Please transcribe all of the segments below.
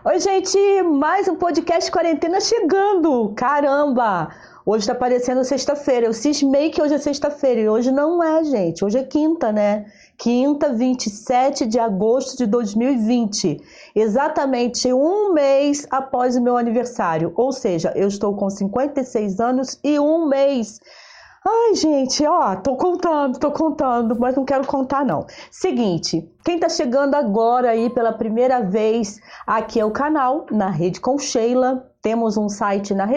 Oi, gente, mais um podcast quarentena chegando. Caramba! Hoje tá parecendo sexta-feira. Eu cismei que hoje é sexta-feira e hoje não é, gente. Hoje é quinta, né? Quinta, 27 de agosto de 2020. Exatamente um mês após o meu aniversário. Ou seja, eu estou com 56 anos e um mês. Ai, gente, ó, tô contando, mas não quero contar, não. Seguinte, quem tá chegando agora aí pela primeira vez, aqui é o canal, na Rede com Sheila. Temos um site na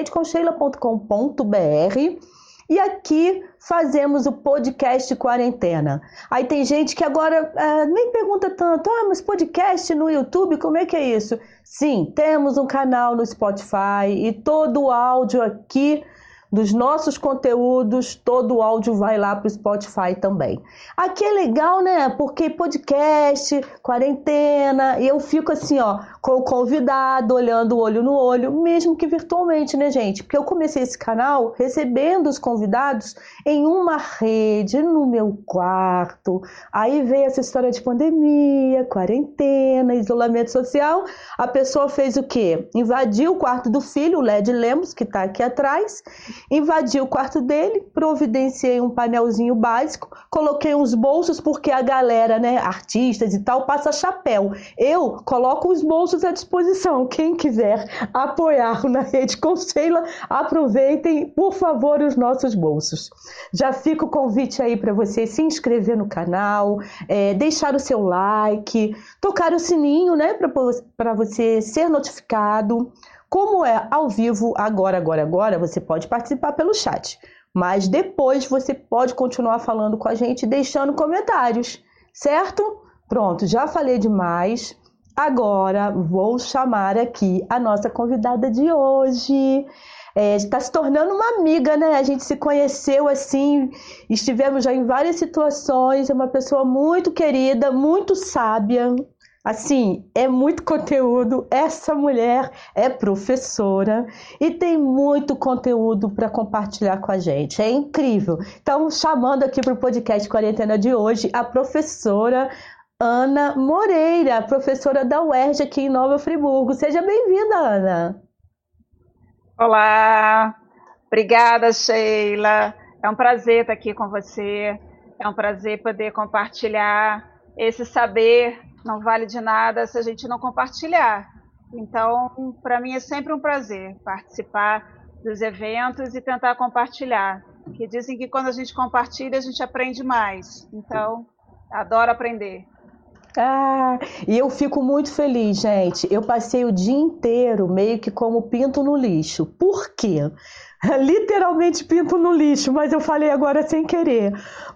redecomsheila.com.br e aqui fazemos o podcast Quarentena. Aí tem gente que agora nem pergunta tanto, mas podcast no YouTube, como é que é isso? Sim, temos um canal no Spotify e todo o áudio aqui dos nossos conteúdos, todo o áudio vai lá para o Spotify também. Aqui é legal, né? Porque podcast, quarentena, e eu fico assim, ó, com o convidado, olhando o olho no olho, mesmo que virtualmente, né, gente? Porque eu comecei esse canal recebendo os convidados em uma rede, no meu quarto. Aí veio essa história de pandemia, quarentena, isolamento social. A pessoa fez o quê? Invadiu o quarto do filho, o Led Lemos, que está aqui atrás. Invadi o quarto dele, providenciei um painelzinho básico, coloquei uns bolsos, porque a galera, né, artistas e tal, passa chapéu. Eu coloco os bolsos à disposição. Quem quiser apoiar na Rede com Sheila, aproveitem, por favor, os nossos bolsos. Já fica o convite aí para você se inscrever no canal, deixar o seu like, tocar o sininho, né, para você ser notificado. Como é ao vivo, agora, você pode participar pelo chat. Mas depois você pode continuar falando com a gente, deixando comentários, certo? Pronto, já falei demais. Agora vou chamar aqui a nossa convidada de hoje. Está se tornando uma amiga, né? A gente se conheceu assim, estivemos já em várias situações. É uma pessoa muito querida, muito sábia. Assim, é muito conteúdo. Essa mulher é professora e tem muito conteúdo para compartilhar com a gente. É incrível. Então, chamando aqui para o podcast Quarentena de hoje, a professora Ana Moreira, professora da UERJ aqui em Nova Friburgo. Seja bem-vinda, Ana. Olá, obrigada, Sheila. É um prazer estar aqui com você. É um prazer poder compartilhar esse saber. Não vale de nada se a gente não compartilhar. Então, para mim é sempre um prazer participar dos eventos e tentar compartilhar. Que dizem que quando a gente compartilha, a gente aprende mais. Então, adoro aprender. E eu fico muito feliz, gente. Eu passei o dia inteiro meio que como pinto no lixo. Por quê? Literalmente pinto no lixo, mas eu falei agora sem querer.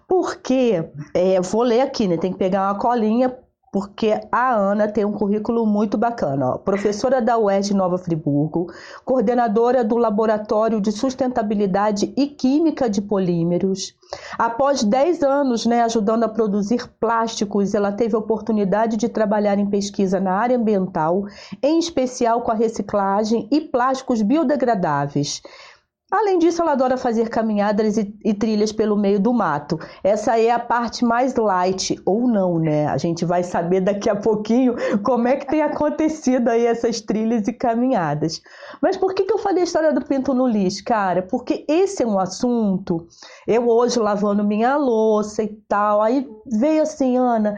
Porque, vou ler aqui, né? Tem que pegar uma colinha, porque a Ana tem um currículo muito bacana. Ó. Professora da UERJ Nova Friburgo, coordenadora do Laboratório de Sustentabilidade e Química de Polímeros. Após 10 anos, né, ajudando a produzir plásticos, ela teve a oportunidade de trabalhar em pesquisa na área ambiental, em especial com a reciclagem e plásticos biodegradáveis. Além disso, ela adora fazer caminhadas e trilhas pelo meio do mato. Essa é a parte mais light, ou não, né? A gente vai saber daqui a pouquinho como é que tem acontecido aí essas trilhas e caminhadas. Mas por que eu falei a história do pinto no lixo, cara? Porque esse é um assunto, eu hoje lavando minha louça e tal, aí veio assim, Ana,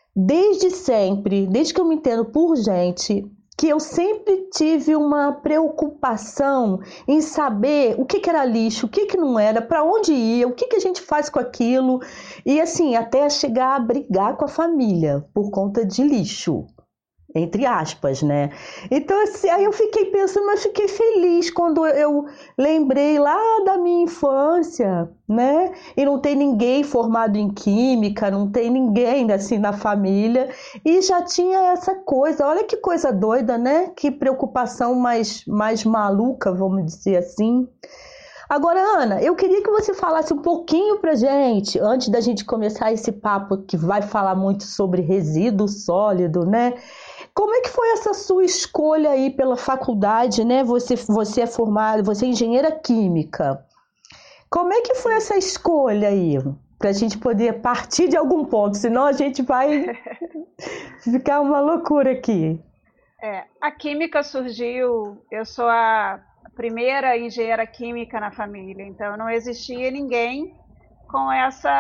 desde sempre, desde que eu me entendo por gente, que eu sempre tive uma preocupação em saber o que era lixo, o que não era, para onde ia, o que a gente faz com aquilo, e assim, até chegar a brigar com a família por conta de lixo. Entre aspas, né? Então, assim, aí eu fiquei pensando, mas fiquei feliz quando eu lembrei lá da minha infância, né? E não tem ninguém formado em química, não tem ninguém assim na família, e já tinha essa coisa. Olha que coisa doida, né? Que preocupação mais maluca, vamos dizer assim. Agora, Ana, eu queria que você falasse um pouquinho pra gente, antes da gente começar esse papo que vai falar muito sobre resíduo sólido, né? Como é que foi essa sua escolha aí pela faculdade, né? Você é formada, você é engenheira química. Como é que foi essa escolha aí? Para a gente poder partir de algum ponto, senão a gente vai ficar uma loucura aqui. A química surgiu, eu sou a primeira engenheira química na família, então não existia ninguém com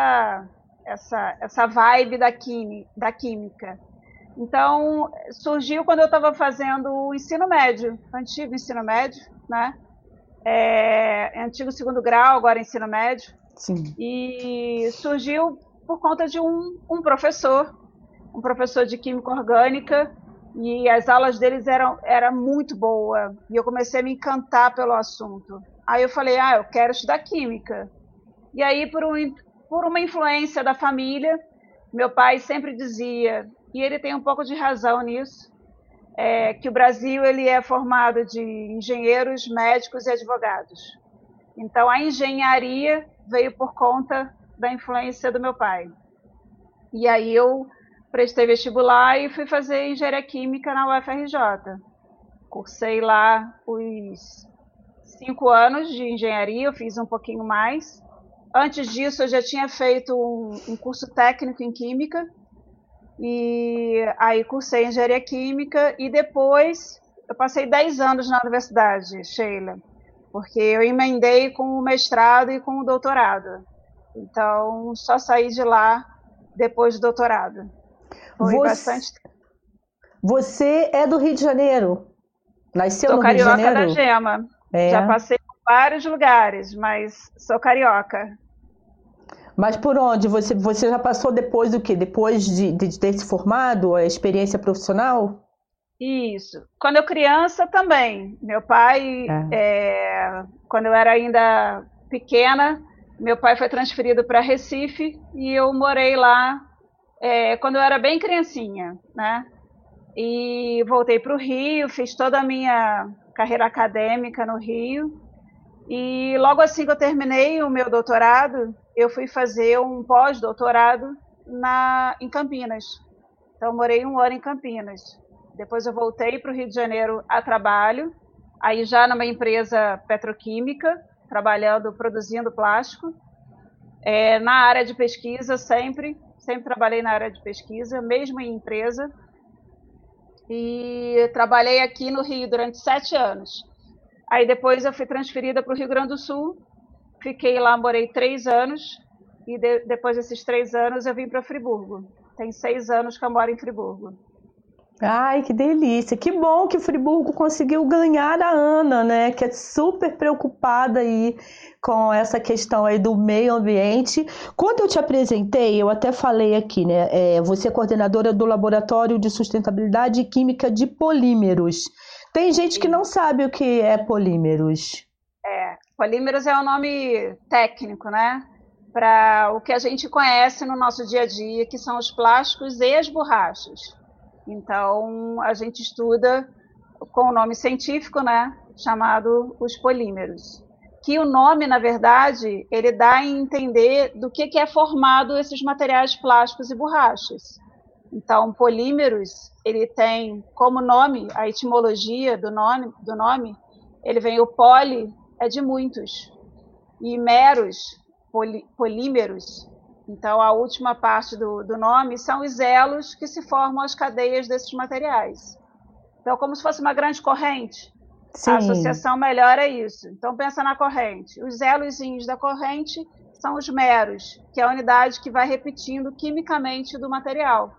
essa vibe da química. Então, surgiu quando eu estava fazendo o ensino médio, antigo ensino médio, né? Antigo segundo grau, agora ensino médio. Sim. E surgiu por conta de um professor de química orgânica, e as aulas deles era muito boa. E eu comecei a me encantar pelo assunto. Aí eu falei, eu quero estudar química. E aí, por uma influência da família, meu pai sempre dizia, e ele tem um pouco de razão nisso, que o Brasil ele é formado de engenheiros, médicos e advogados. Então, a engenharia veio por conta da influência do meu pai. E aí eu prestei vestibular e fui fazer engenharia química na UFRJ. Cursei lá os 5 anos de engenharia, eu fiz um pouquinho mais. Antes disso, eu já tinha feito um curso técnico em química, e aí cursei engenharia química, e depois eu passei 10 anos na universidade, Sheila, porque eu emendei com o mestrado e com o doutorado. Então, só saí de lá depois do doutorado. Foi bastante tempo. Você é do Rio de Janeiro? Nasceu Sou no Rio de carioca da Janeiro? gema. Já passei por vários lugares, mas sou carioca. Mas por onde? Você já passou depois do quê? Depois de ter se formado, a experiência profissional? Isso. Quando eu criança também. Meu pai, quando eu era ainda pequena, meu pai foi transferido para Recife e eu morei lá quando eu era bem criancinha, né? E voltei para o Rio, fiz toda a minha carreira acadêmica no Rio. E logo assim que eu terminei o meu doutorado, eu fui fazer um pós-doutorado em Campinas. Então, eu morei 1 ano em Campinas. Depois eu voltei para o Rio de Janeiro a trabalho, aí já numa empresa petroquímica, produzindo plástico. Na área de pesquisa, sempre trabalhei na área de pesquisa, mesmo em empresa. E trabalhei aqui no Rio durante 7 anos. Aí depois eu fui transferida para o Rio Grande do Sul, fiquei lá, morei 3 anos, e depois desses 3 anos eu vim para Friburgo. Tem 6 anos que eu moro em Friburgo. Ai, que delícia. Que bom que Friburgo conseguiu ganhar a Ana, né? Que é super preocupada aí com essa questão aí do meio ambiente. Quando eu te apresentei, eu até falei aqui, né? Você é coordenadora do Laboratório de Sustentabilidade e Química de Polímeros. Tem gente que não sabe o que é polímeros. Polímeros é o nome técnico, né? Para o que a gente conhece no nosso dia a dia, que são os plásticos e as borrachas. Então, a gente estuda com o nome científico, né, chamado os polímeros. Que o nome, na verdade, ele dá a entender do que é formado esses materiais plásticos e borrachas. Então, polímeros, ele tem como nome, a etimologia do nome, ele vem o poli, é de muitos, e meros, polímeros. Então, a última parte do nome são os elos que se formam as cadeias desses materiais. Então, como se fosse uma grande corrente. Sim. A associação melhor é isso. Então, pensa na corrente. Os elozinhos da corrente são os meros, que é a unidade que vai repetindo quimicamente do material.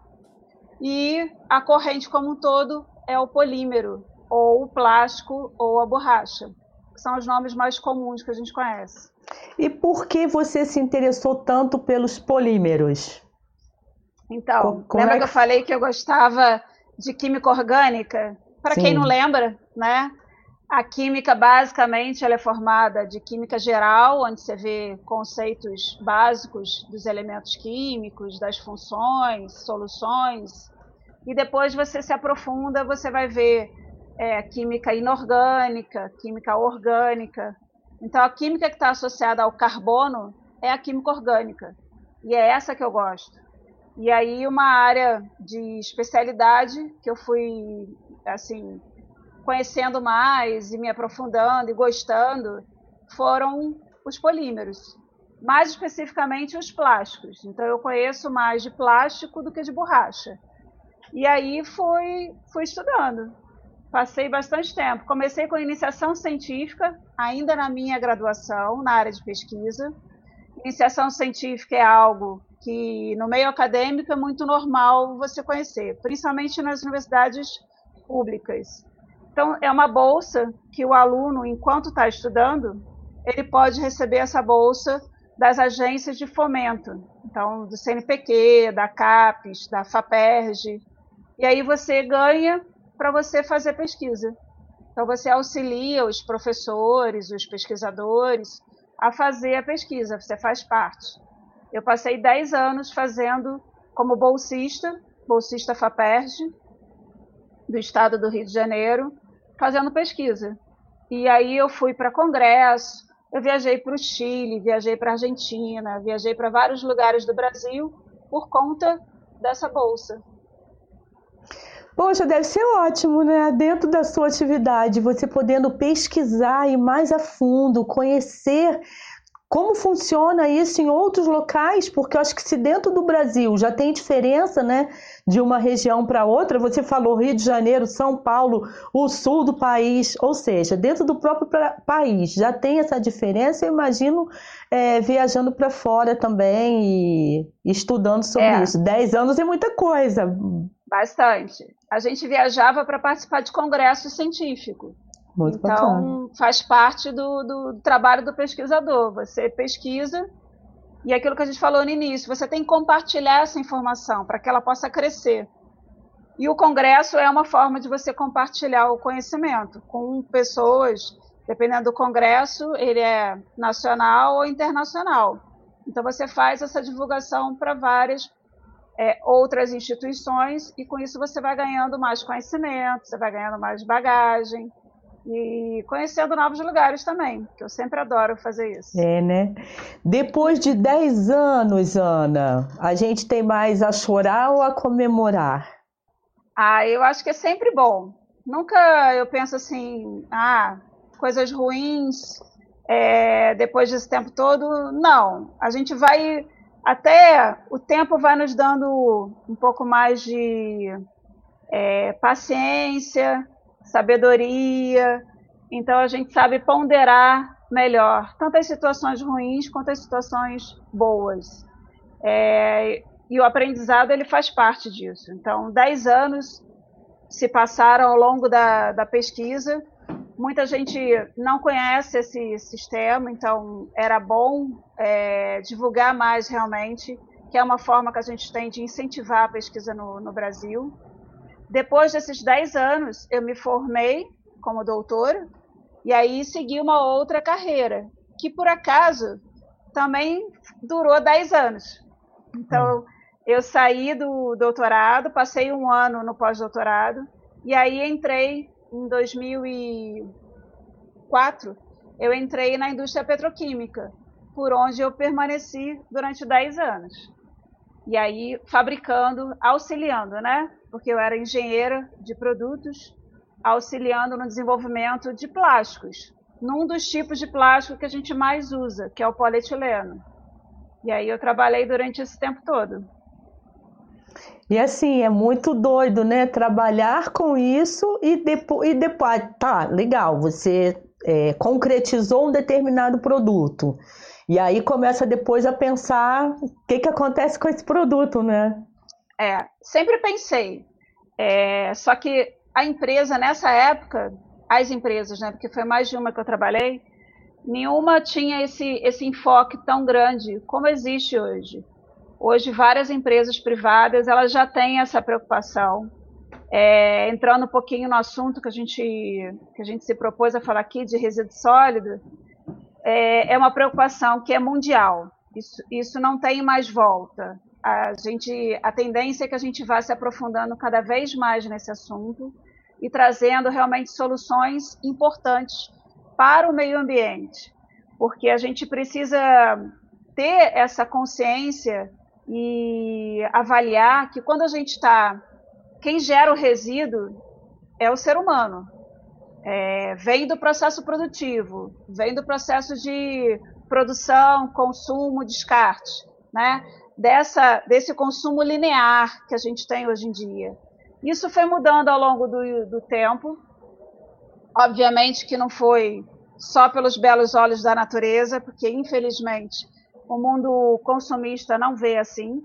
E a corrente como um todo é o polímero, ou o plástico, ou a borracha, que são os nomes mais comuns que a gente conhece. E por que você se interessou tanto pelos polímeros? Então, lembra que eu falei que eu gostava de química orgânica? Para quem não lembra, né? A química, basicamente, ela é formada de química geral, onde você vê conceitos básicos dos elementos químicos, das funções, soluções, e depois você se aprofunda, você vai ver química inorgânica, química orgânica. Então, a química que está associada ao carbono é a química orgânica, e é essa que eu gosto. E aí, uma área de especialidade que eu fui, assim, conhecendo mais e me aprofundando e gostando, foram os polímeros, mais especificamente os plásticos. Então, eu conheço mais de plástico do que de borracha. E aí, fui estudando. Passei bastante tempo. Comecei com iniciação científica, ainda na minha graduação, na área de pesquisa. Iniciação científica é algo que no meio acadêmico é muito normal você conhecer, principalmente nas universidades públicas. Então, é uma bolsa que o aluno, enquanto está estudando, ele pode receber essa bolsa das agências de fomento, então do CNPq, da CAPES, da FAPERJ, e aí você ganha para você fazer pesquisa. Então você auxilia os professores, os pesquisadores a fazer a pesquisa, você faz parte. Eu passei 10 anos fazendo como bolsista FAPERJ, do estado do Rio de Janeiro, fazendo pesquisa. E aí eu fui para congresso, eu viajei para o Chile, viajei para a Argentina, viajei para vários lugares do Brasil por conta dessa bolsa. Poxa, deve ser ótimo, né? Dentro da sua atividade, você podendo pesquisar e mais a fundo, conhecer como funciona isso em outros locais, porque eu acho que se dentro do Brasil já tem diferença, né, de uma região para outra, você falou Rio de Janeiro, São Paulo, o sul do país, ou seja, dentro do próprio país já tem essa diferença, eu imagino viajando para fora também e estudando sobre isso. 10 anos é muita coisa. Bastante. A gente viajava para participar de congresso científico. Muito então, bacana. Faz parte do trabalho do pesquisador. Você pesquisa e aquilo que a gente falou no início, você tem que compartilhar essa informação para que ela possa crescer. E o congresso é uma forma de você compartilhar o conhecimento com pessoas, dependendo do congresso, ele é nacional ou internacional. Então, você faz essa divulgação para várias outras instituições e com isso você vai ganhando mais conhecimento, você vai ganhando mais bagagem e conhecendo novos lugares também, que eu sempre adoro fazer isso. Né? Depois de 10 anos, Ana, a gente tem mais a chorar ou a comemorar? Eu acho que é sempre bom. Nunca eu penso assim, coisas ruins depois desse tempo todo. Não, a gente vai... Até o tempo vai nos dando um pouco mais de paciência, sabedoria, então a gente sabe ponderar melhor, tanto as situações ruins quanto as situações boas. E o aprendizado ele faz parte disso. Então, 10 anos se passaram ao longo da pesquisa, muita gente não conhece esse sistema, então era bom divulgar mais realmente, que é uma forma que a gente tem de incentivar a pesquisa no Brasil. Depois desses 10 anos, eu me formei como doutora e aí segui uma outra carreira, que por acaso também durou 10 anos. Então, eu saí do doutorado, passei um ano no pós-doutorado e aí entrei em 2004, eu entrei na indústria petroquímica, por onde eu permaneci durante 10 anos. E aí, fabricando, auxiliando, né? Porque eu era engenheira de produtos, auxiliando no desenvolvimento de plásticos, num dos tipos de plástico que a gente mais usa, que é o polietileno. E aí eu trabalhei durante esse tempo todo. E assim, é muito doido, né? Trabalhar com isso e depois tá, legal, você concretizou um determinado produto. E aí começa depois a pensar o que acontece com esse produto, né? Sempre pensei. Só que a empresa, nessa época, as empresas, né? Porque foi mais de uma que eu trabalhei, nenhuma tinha esse enfoque tão grande como existe hoje. Hoje, várias empresas privadas elas já têm essa preocupação. Entrando um pouquinho no assunto que a gente se propôs a falar aqui, de resíduo sólido, é uma preocupação que é mundial. Isso não tem mais volta. A tendência é que a gente vá se aprofundando cada vez mais nesse assunto e trazendo realmente soluções importantes para o meio ambiente, porque a gente precisa ter essa consciência e avaliar que quando a gente quem gera o resíduo é o ser humano. Vem do processo produtivo, vem do processo de produção, consumo, descarte, né? Desse consumo linear que a gente tem hoje em dia. Isso foi mudando ao longo do tempo, Obviamente que não foi só pelos belos olhos da natureza, porque infelizmente o mundo consumista não vê assim.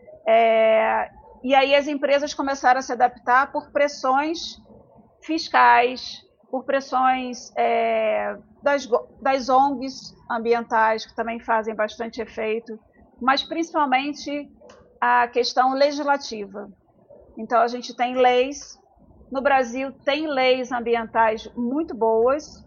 E aí as empresas começaram a se adaptar por pressões fiscais, por pressões das ONGs ambientais, que também fazem bastante efeito, mas principalmente a questão legislativa. Então, a gente tem leis, no Brasil tem leis ambientais muito boas,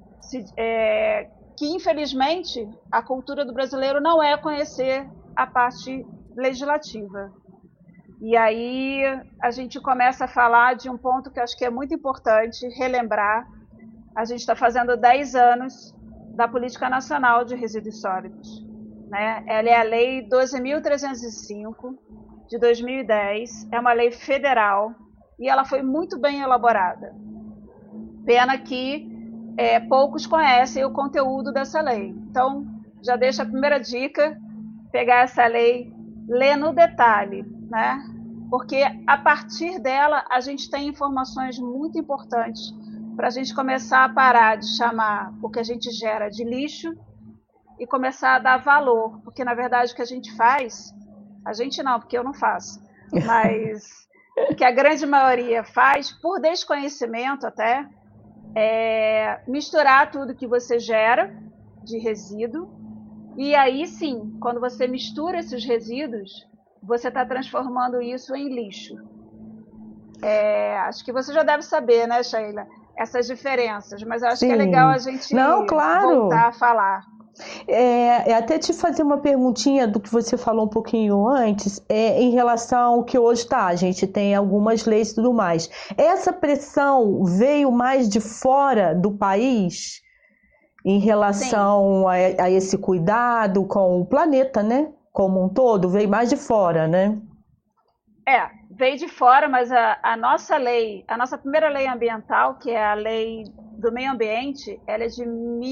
que infelizmente a cultura do brasileiro não é conhecer a parte legislativa. E aí a gente começa a falar de um ponto que eu acho que é muito importante relembrar. A gente está fazendo 10 anos da Política Nacional de Resíduos Sólidos, né? Ela é a Lei 12.305 de 2010, é uma lei federal e ela foi muito bem elaborada. Pena que poucos conhecem o conteúdo dessa lei. Então, já deixo a primeira dica, pegar essa lei, ler no detalhe, né? Porque a partir dela a gente tem informações muito importantes para a gente começar a parar de chamar o que a gente gera de lixo e começar a dar valor, porque na verdade o que a gente faz, a gente não, porque eu não faço, mas o que a grande maioria faz, por desconhecimento até, misturar tudo que você gera de resíduo, e aí sim, quando você mistura esses resíduos, você está transformando isso em lixo. Acho que você já deve saber, né, Sheila, essas diferenças, mas eu acho que é legal a gente voltar a falar. Até te fazer uma perguntinha do que você falou um pouquinho antes, em relação ao que hoje a gente tem algumas leis e tudo mais. Essa pressão veio mais de fora do país em relação a esse cuidado com o planeta, né? Como um todo, veio mais de fora, né? Veio de fora, mas a nossa lei, a nossa primeira lei ambiental, que é a Lei do Meio Ambiente, ela é de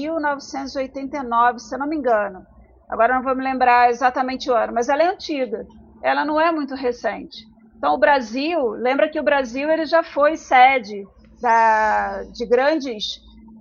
1989, se eu não me engano. Agora não vou me lembrar exatamente o ano, mas ela é antiga, ela não é muito recente. Então o Brasil, lembra que o Brasil ele já foi sede de grandes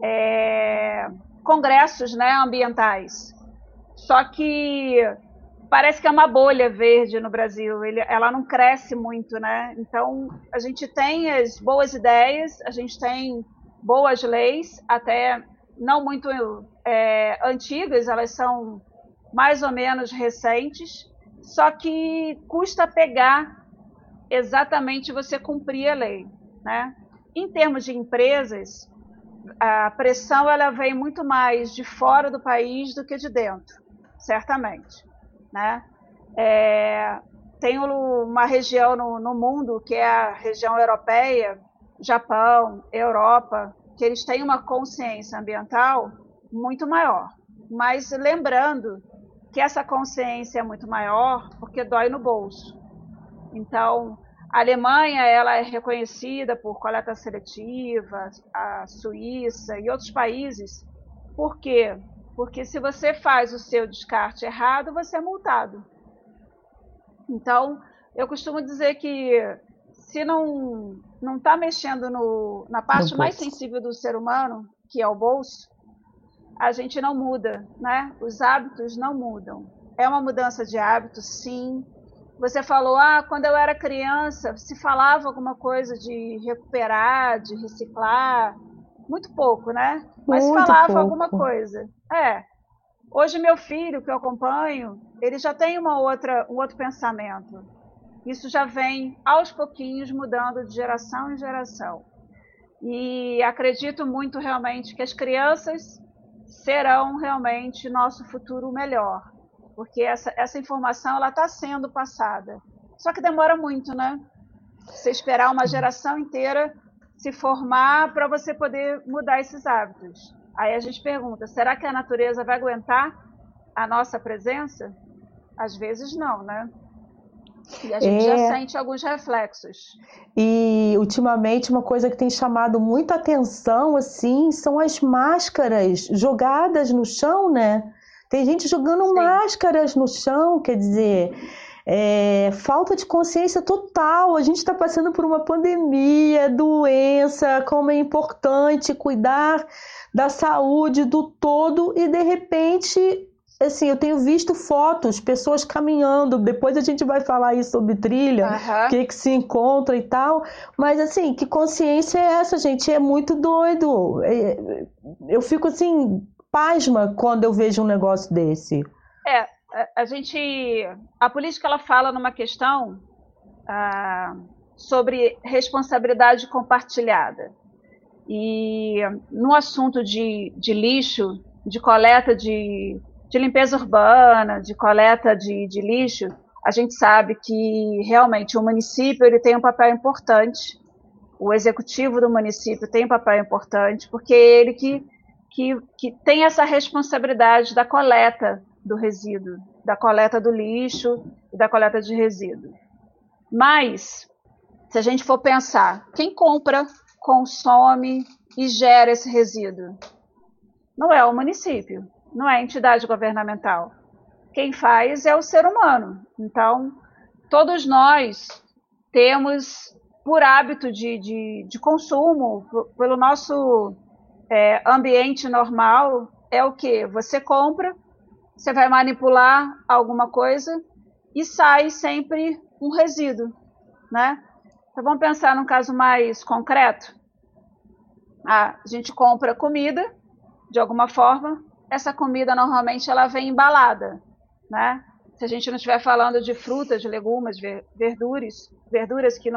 congressos, né, ambientais. Só que parece que é uma bolha verde no Brasil, ela não cresce muito, né? Então, a gente tem as boas ideias, a gente tem boas leis, até não muito antigas, elas são mais ou menos recentes, só que custa pegar exatamente você cumprir a lei, né? Em termos de empresas, a pressão ela vem muito mais de fora do país do que de dentro, certamente. Né? Tem uma região no mundo que é a região europeia, Japão, Europa, que eles têm uma consciência ambiental muito maior. Mas lembrando que essa consciência é muito maior porque dói no bolso. Então, a Alemanha ela é reconhecida por coleta seletiva, a Suíça e outros países. Por quê? Porque se você faz o seu descarte errado, você é multado. Então, eu costumo dizer que se não está mexendo na parte mais sensível do ser humano, que é o bolso, a gente não muda, né? Os hábitos não mudam. É uma mudança de hábito, sim. Você falou, quando eu era criança, se falava alguma coisa de recuperar, de reciclar, muito pouco, né? Mas muito falava pouco. Alguma coisa. Hoje meu filho, que eu acompanho, ele já tem um outro pensamento. Isso já vem, aos pouquinhos, mudando de geração em geração. E acredito muito realmente que as crianças serão realmente nosso futuro melhor. Porque essa informação ela está sendo passada. Só que demora muito, né? Você esperar uma geração inteira se formar para você poder mudar esses hábitos. Aí a gente pergunta, será que a natureza vai aguentar a nossa presença? Às vezes não, né? E a gente já sente alguns reflexos. E ultimamente uma coisa que tem chamado muita atenção assim, são as máscaras jogadas no chão, né? Tem gente jogando máscaras no chão, quer dizer, Falta de consciência total. A gente está passando por uma pandemia, doença, como é importante cuidar da saúde do todo e de repente, assim, eu tenho visto fotos, pessoas caminhando. Depois a gente vai falar aí sobre trilha, o que se encontra e tal. Mas assim, que consciência é essa, gente? É muito doido. Eu fico assim, pasma quando eu vejo um negócio desse. A política ela fala numa questão sobre responsabilidade compartilhada. E no assunto de lixo, de coleta de limpeza urbana, de coleta de lixo, a gente sabe que realmente o município ele tem um papel importante, o executivo do município tem um papel importante, porque é ele que tem essa responsabilidade da coleta do resíduo, da coleta do lixo e da coleta de resíduo. Mas, se a gente for pensar, quem compra, consome e gera esse resíduo? Não é o município, não é a entidade governamental. Quem faz é o ser humano. Então, todos nós temos, por hábito de consumo, pelo nosso ambiente normal, é o quê? Você compra, você vai manipular alguma coisa e sai sempre um resíduo, né? Então, vamos pensar num caso mais concreto. A gente compra comida, de alguma forma, essa comida normalmente ela vem embalada, né? Se a gente não estiver falando de frutas, de legumes, verduras que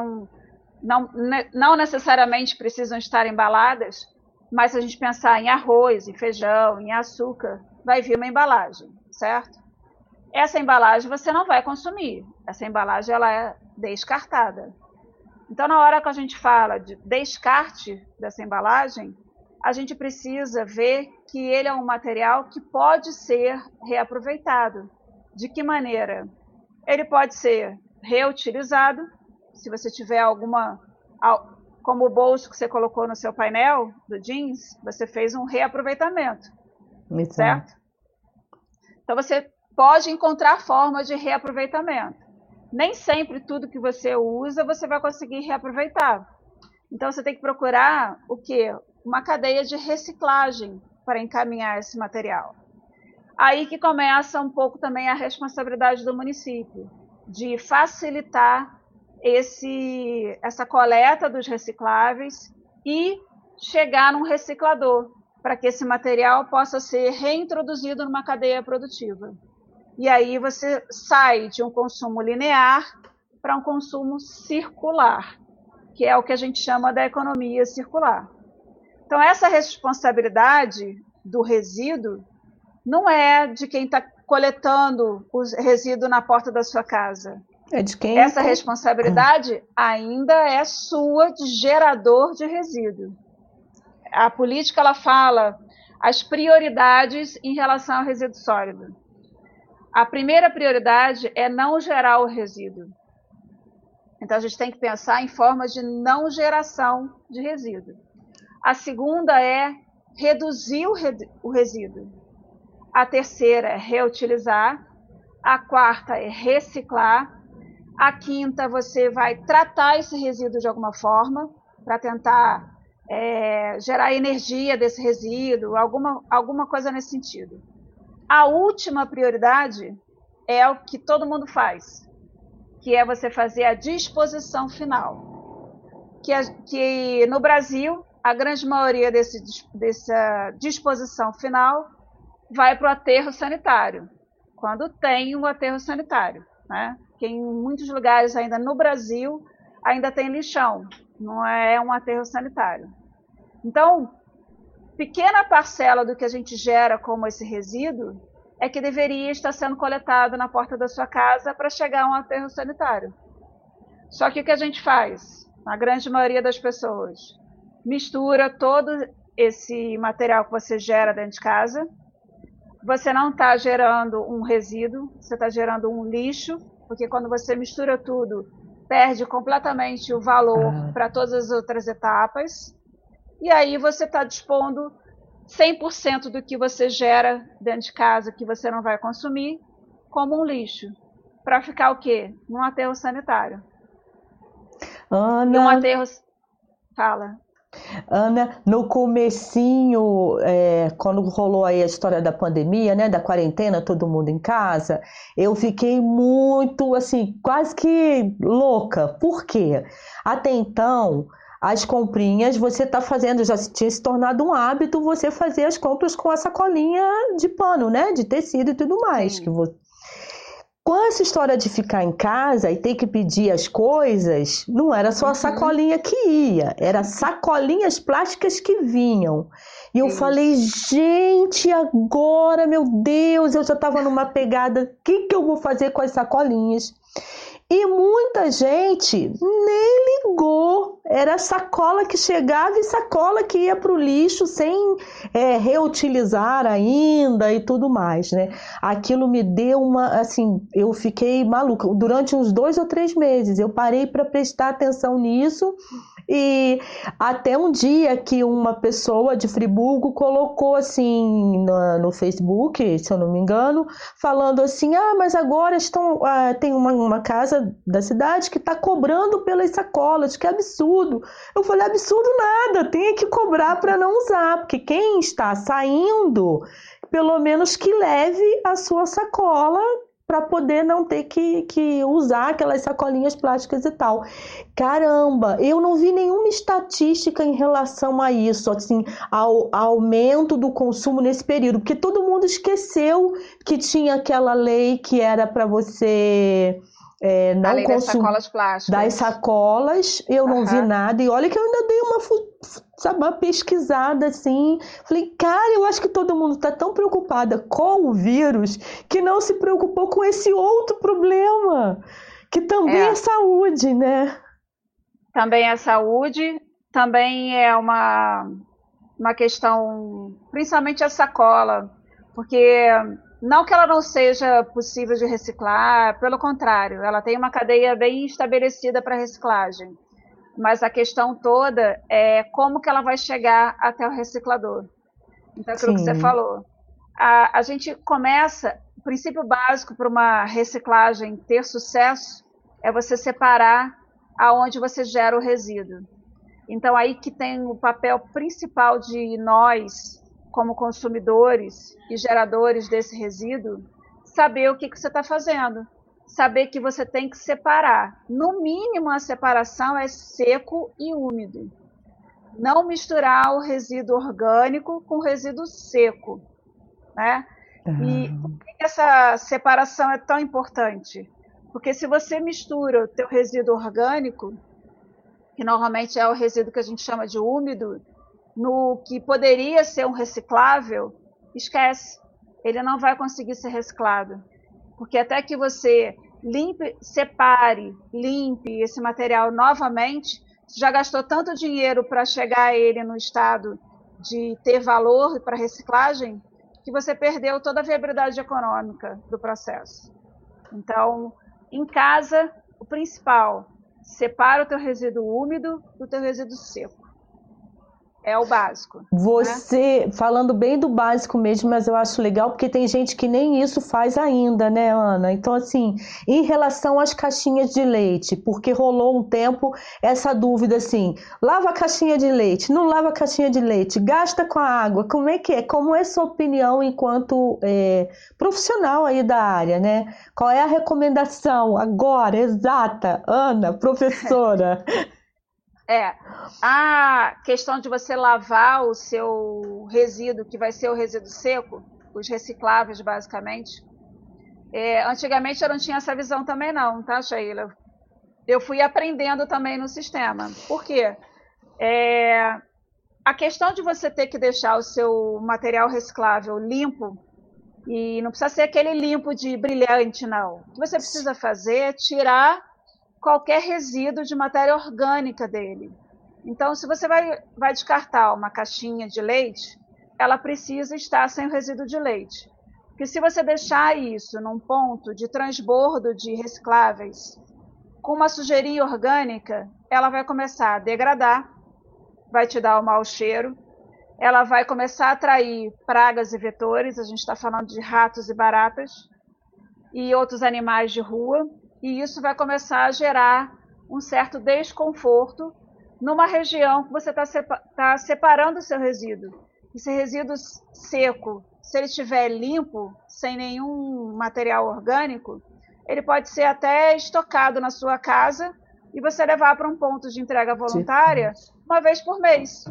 não necessariamente precisam estar embaladas, mas se a gente pensar em arroz, em feijão, em açúcar, vai vir uma embalagem, certo? Essa embalagem você não vai consumir, essa embalagem ela é descartada. Então, na hora que a gente fala de descarte dessa embalagem, a gente precisa ver que ele é um material que pode ser reaproveitado. De que maneira? Ele pode ser reutilizado, se você tiver como o bolso que você colocou no seu painel do jeans, você fez um reaproveitamento, certo? Então, você pode encontrar formas de reaproveitamento. Nem sempre tudo que você usa você vai conseguir reaproveitar. Então, você tem que procurar o quê? Uma cadeia de reciclagem para encaminhar esse material. Aí que começa um pouco também a responsabilidade do município, de facilitar essa coleta dos recicláveis e chegar num reciclador, para que esse material possa ser reintroduzido numa cadeia produtiva. E aí você sai de um consumo linear para um consumo circular, que é o que a gente chama da economia circular. Então, essa responsabilidade do resíduo não é de quem está coletando o resíduo na porta da sua casa. É de quem? Essa responsabilidade ainda é sua de gerador de resíduo. A política ela fala as prioridades em relação ao resíduo sólido. A primeira prioridade é não gerar o resíduo. Então, a gente tem que pensar em formas de não geração de resíduo. A segunda é reduzir o resíduo. A terceira é reutilizar. A quarta é reciclar. A quinta, você vai tratar esse resíduo de alguma forma para tentar gerar energia desse resíduo, alguma coisa nesse sentido. A última prioridade é o que todo mundo faz, que é você fazer a disposição final. Que no Brasil, a grande maioria dessa disposição final vai para o aterro sanitário, quando tem um aterro sanitário, né? Que em muitos lugares ainda no Brasil ainda tem lixão, não é um aterro sanitário. Então, pequena parcela do que a gente gera como esse resíduo é que deveria estar sendo coletado na porta da sua casa para chegar a um aterro sanitário. Só que o que a gente faz? A grande maioria das pessoas mistura todo esse material que você gera dentro de casa. Você não está gerando um resíduo, você está gerando um lixo, porque quando você mistura tudo, perde completamente o valor para todas as outras etapas. E aí você está dispondo 100% do que você gera dentro de casa, que você não vai consumir, como um lixo. para ficar o quê? Num aterro sanitário. E um Ana, aterro... Fala. Ana, no comecinho, quando rolou aí a história da pandemia, né, da quarentena, todo mundo em casa, eu fiquei muito, assim, quase que louca. Por quê? Até então, as comprinhas você está fazendo, já tinha se tornado um hábito você fazer as compras com a sacolinha de pano, né, de tecido e tudo mais, Sim. com essa história de ficar em casa e ter que pedir as coisas, não era só a Uhum. sacolinha que ia, era sacolinhas plásticas que vinham. E eu falei, Isso. gente, agora, meu Deus, eu já estava numa pegada, o que que eu vou fazer com as sacolinhas? E muita gente nem ligou. Era sacola que chegava e sacola que ia para o lixo sem reutilizar ainda e tudo mais, né? Aquilo me deu uma, assim, eu fiquei maluca. Durante uns 2 ou 3 meses, eu parei para prestar atenção nisso e até um dia que uma pessoa de Friburgo colocou assim no Facebook, se eu não me engano, falando assim: ah, mas agora tem uma casa da cidade que está cobrando pelas sacolas, que absurdo. Eu falei: absurdo nada, tem que cobrar para não usar, porque quem está saindo, pelo menos que leve a sua sacola para poder não ter que usar aquelas sacolinhas plásticas e tal. Caramba, eu não vi nenhuma estatística em relação a isso, assim, ao aumento do consumo nesse período, porque todo mundo esqueceu que tinha aquela lei que era para você A não lei das consumir sacolas das plásticas. sacolas, eu não vi Aham. nada, e olha que eu ainda dei sabe, uma pesquisada assim, falei, cara, eu acho que todo mundo está tão preocupada com o vírus que não se preocupou com esse outro problema, que também é É. saúde, né? Também é saúde, também é uma questão, principalmente a sacola, porque não que ela não seja possível de reciclar, pelo contrário, ela tem uma cadeia bem estabelecida para reciclagem, mas a questão toda é como que ela vai chegar até o reciclador. Então, aquilo que você Sim, falou, a gente começa, o princípio básico para uma reciclagem ter sucesso é você separar aonde você gera o resíduo. Então, aí que tem o papel principal de nós, como consumidores e geradores desse resíduo, saber o que, que você está fazendo. Saber que você tem que separar. No mínimo, a separação é seco e úmido. Não misturar o resíduo orgânico com o resíduo seco, né? E por ah, que essa separação é tão importante? Porque se você mistura o teu resíduo orgânico, que normalmente é o resíduo que a gente chama de úmido, no que poderia ser um reciclável, esquece. Ele não vai conseguir ser reciclado. Porque até que você limpe, separe, limpe esse material novamente, você já gastou tanto dinheiro para chegar a ele no estado de ter valor para reciclagem, que você perdeu toda a viabilidade econômica do processo. Então, em casa, o principal, separa o teu resíduo úmido do teu resíduo seco. É o básico, né? você falando bem do básico mesmo, mas eu acho legal porque tem gente que nem isso faz ainda, né, Ana? Então, assim, em relação às caixinhas de leite, porque rolou um tempo essa dúvida assim: lava a caixinha de leite, não lava a caixinha de leite, gasta com a água, como é que é? Como é a sua opinião enquanto profissional aí da área, né? Qual é a recomendação agora, exata, Ana, professora? É, a questão de você lavar o seu resíduo, que vai ser o resíduo seco, os recicláveis basicamente. Antigamente eu não tinha essa visão também não, tá, Sheila? Eu fui aprendendo também no sistema. Por quê? É, a questão de você ter que deixar o seu material reciclável limpo, e não precisa ser aquele limpo de brilhante, não. O que você precisa fazer é tirar qualquer resíduo de matéria orgânica dele. Então, se você vai descartar uma caixinha de leite, ela precisa estar sem o resíduo de leite. Porque se você deixar isso num ponto de transbordo de recicláveis, com uma sujeirinha orgânica, ela vai começar a degradar, vai te dar um mau cheiro, ela vai começar a atrair pragas e vetores, a gente está falando de ratos e baratas, e outros animais de rua, e isso vai começar a gerar um certo desconforto numa região que você está separando o seu resíduo. Esse resíduo seco, se ele estiver limpo, sem nenhum material orgânico, ele pode ser até estocado na sua casa e você levar para um ponto de entrega voluntária uma vez por mês,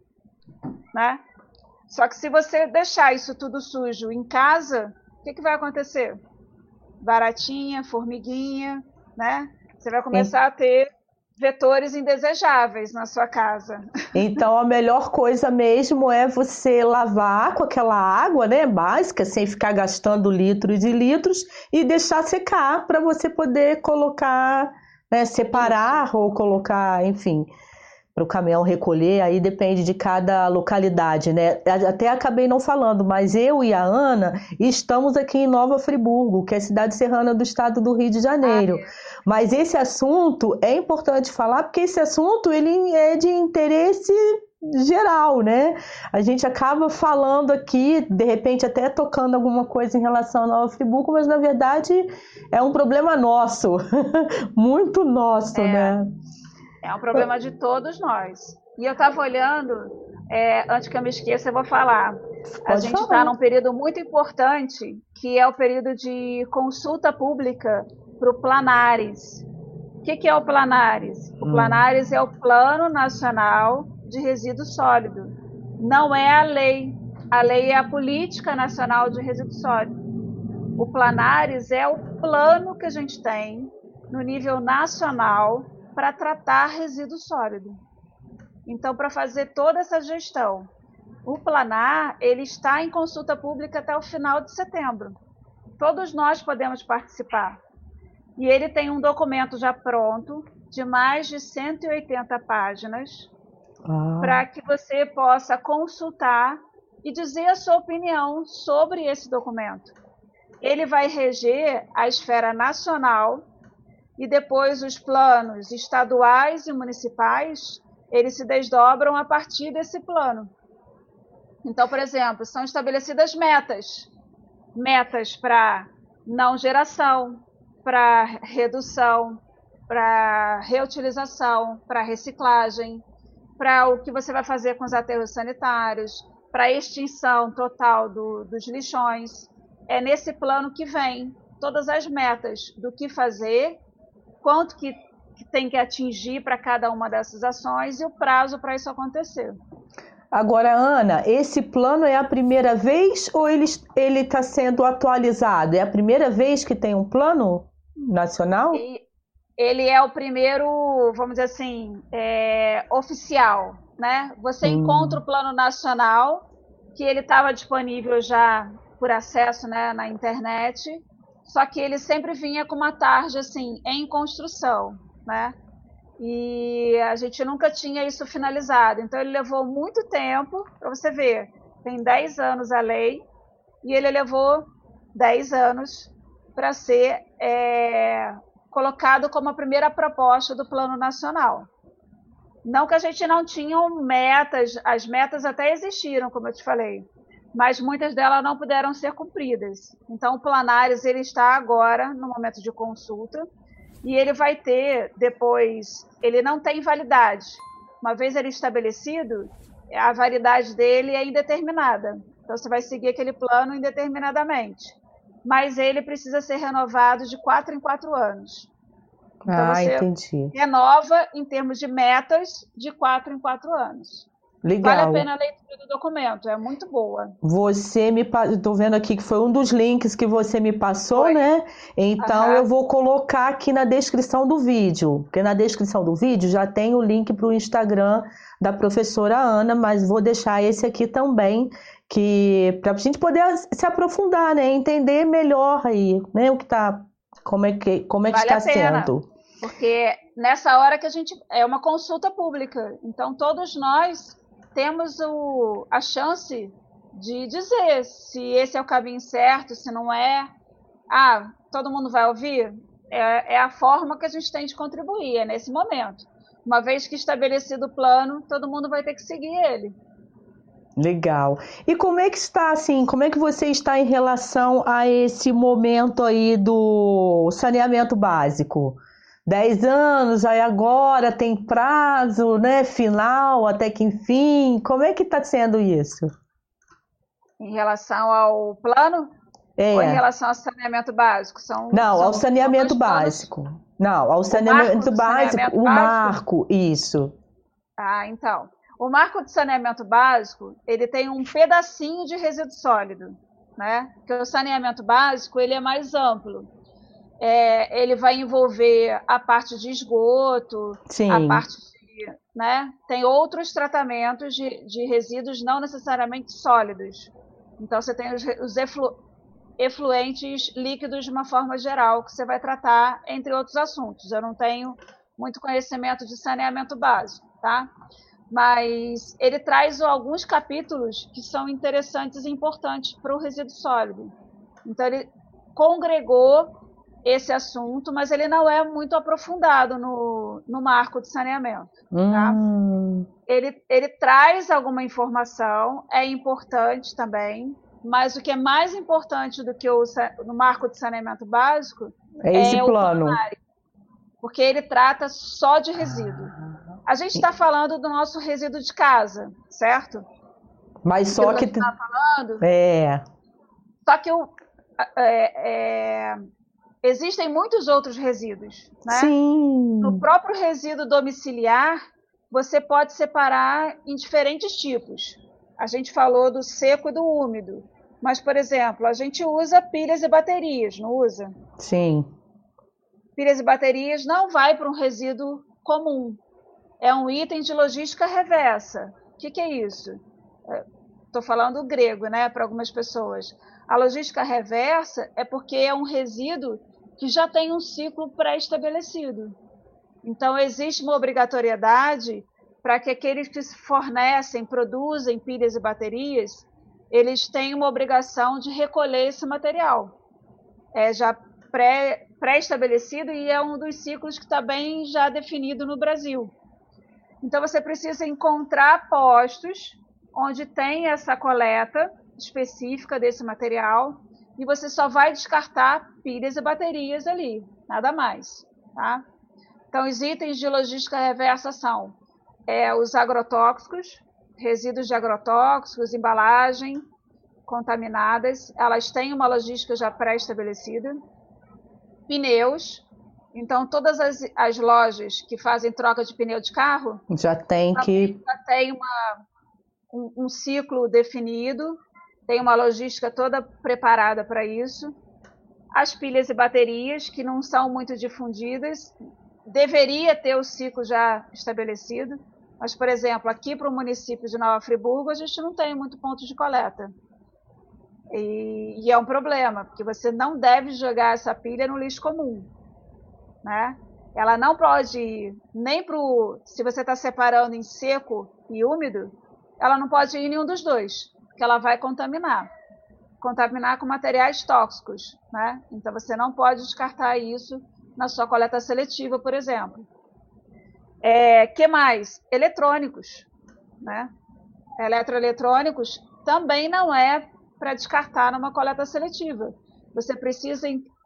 né? Só que se você deixar isso tudo sujo em casa, o que vai acontecer? Baratinha, formiguinha, né? Você vai começar a ter vetores indesejáveis na sua casa. Então a melhor coisa mesmo é você lavar com aquela água, né, básica, sem ficar gastando litros e litros, e deixar secar para você poder colocar, né, separar Isso. Ou colocar, enfim, para o caminhão recolher. Aí depende de cada localidade, né? Até acabei não falando, mas eu e a Ana estamos aqui em Nova Friburgo, que é a cidade serrana do estado do Rio de Janeiro. Mas esse assunto é importante falar, porque esse assunto ele é de interesse geral, né? A gente acaba falando aqui, de repente até tocando alguma coisa em relação a Nova Friburgo, mas na verdade é um problema nosso, muito nosso, né? É um problema de todos nós. E eu estava olhando, antes que eu me esqueça, eu vou falar. A gente está num período muito importante, que é o período de consulta pública para o Planares. O que é o Planares? O Planares é o Plano Nacional de Resíduo Sólido. Não é a lei. A lei é a Política Nacional de Resíduo Sólido. O Planares é o plano que a gente tem no nível nacional para tratar resíduo sólido. Então, para fazer toda essa gestão, o Planar ele está em consulta pública até o final de setembro. Todos nós podemos participar. E ele tem um documento já pronto, de mais de 180 páginas, para que você possa consultar e dizer a sua opinião sobre esse documento. Ele vai reger a esfera nacional e depois os planos estaduais e municipais, eles se desdobram a partir desse plano. Então, por exemplo, são estabelecidas metas para não geração, para redução, para reutilização, para reciclagem, para o que você vai fazer com os aterros sanitários, para extinção total dos lixões. É nesse plano que vem todas as metas do que fazer, quanto que tem que atingir para cada uma dessas ações e o prazo para isso acontecer. Agora, Ana, esse plano é a primeira vez ou ele está sendo atualizado? É a primeira vez que tem um plano nacional? Ele é o primeiro, vamos dizer assim, oficial, né? Você encontra o plano nacional, que ele estava disponível já por acesso, né, na internet, só que ele sempre vinha com uma tarja assim, em construção, né? E a gente nunca tinha isso finalizado. Então ele levou muito tempo, para você ver, tem 10 anos a lei, e ele levou 10 anos para ser colocado como a primeira proposta do Plano Nacional. Não que a gente não tinha metas, as metas até existiram, como eu te falei, mas muitas delas não puderam ser cumpridas. Então o Planares ele está agora no momento de consulta e ele vai ter depois, ele não tem validade. Uma vez ele estabelecido, a validade dele é indeterminada. Então você vai seguir aquele plano indeterminadamente. Mas ele precisa ser renovado de 4 em 4 anos. Então você entendi. renova em termos de metas de 4 em 4 anos. Legal. Vale a pena a leitura do documento, é muito boa. Estou vendo aqui que foi um dos links que você me passou, né? Então eu vou colocar aqui na descrição do vídeo, porque na descrição do vídeo já tem o link para o Instagram da professora Ana, mas vou deixar esse aqui também, que para a gente poder se aprofundar, né? Entender melhor aí, né? O que tá, como é que está sendo. Porque nessa hora que a gente é uma consulta pública, então todos nós temos a chance de dizer se esse é o caminho certo, se não é. Todo mundo vai ouvir? É a forma que a gente tem de contribuir, é nesse momento. Uma vez que estabelecido o plano, todo mundo vai ter que seguir ele. Legal. E como é que está assim? Como é que você está em relação a esse momento aí do saneamento básico? 10 anos, aí agora tem prazo, né? Final, até que enfim. Como é que está sendo isso? Em relação ao plano ou em É, relação ao saneamento básico? não, ao São saneamento dois planos. básico. Não, ao O marco saneamento do básico, saneamento o básico? marco, isso. Ah, então. O marco de saneamento básico, ele tem um pedacinho de resíduo sólido, né? Porque o saneamento básico, ele é mais amplo. Ele vai envolver a parte de esgoto, a Sim. parte de, né? Tem outros tratamentos de resíduos não necessariamente sólidos. Então, você tem os efluentes líquidos de uma forma geral, que você vai tratar, entre outros assuntos. Eu não tenho muito conhecimento de saneamento básico, tá? Mas ele traz alguns capítulos que são interessantes e importantes para o resíduo sólido. Então, ele congregou esse assunto, mas ele não é muito aprofundado no marco de saneamento. Tá? Hum, Ele traz alguma informação, é importante também, mas o que é mais importante do que no marco de saneamento básico é esse é o plano. planário, porque ele trata só de resíduo. A gente está falando do nosso resíduo de casa, certo? Mas Aquilo só que a que gente estava falando. é, Só que é, existem muitos outros resíduos, né? No sim. próprio resíduo domiciliar, você pode separar em diferentes tipos. A gente falou do seco e do úmido. Mas, por exemplo, a gente usa pilhas e baterias, não usa? Sim. Pilhas e baterias não vai para um resíduo comum. É um item de logística reversa. O que é isso? Estou falando grego, né, para algumas pessoas. A logística reversa é porque é um resíduo que já tem um ciclo pré-estabelecido. Então, existe uma obrigatoriedade para que aqueles que fornecem, produzem pilhas e baterias, eles têm uma obrigação de recolher esse material. É já pré-estabelecido e é um dos ciclos que está bem já definido no Brasil. Então, você precisa encontrar postos onde tem essa coleta específica desse material e você só vai descartar pilhas e baterias ali, nada mais. Tá? Então, os itens de logística reversa são os agrotóxicos, resíduos de agrotóxicos, embalagem contaminadas, elas têm uma logística já pré-estabelecida. Pneus, então todas as lojas que fazem troca de pneu de carro Já tem também que. já tem um ciclo definido, tem uma logística toda preparada para isso. As pilhas e baterias, que não são muito difundidas, deveria ter o ciclo já estabelecido, mas, por exemplo, aqui para o município de Nova Friburgo, a gente não tem muito ponto de coleta. E é um problema, porque você não deve jogar essa pilha no lixo comum. Né? Ela não pode ir nem para o. Se você está separando em seco e úmido, ela não pode ir em nenhum dos dois, porque ela vai contaminar. Contaminar com materiais tóxicos. Né? Então você não pode descartar isso na sua coleta seletiva, por exemplo. Que mais? Eletrônicos. Né? Eletroeletrônicos também não é para descartar numa coleta seletiva. Você precisa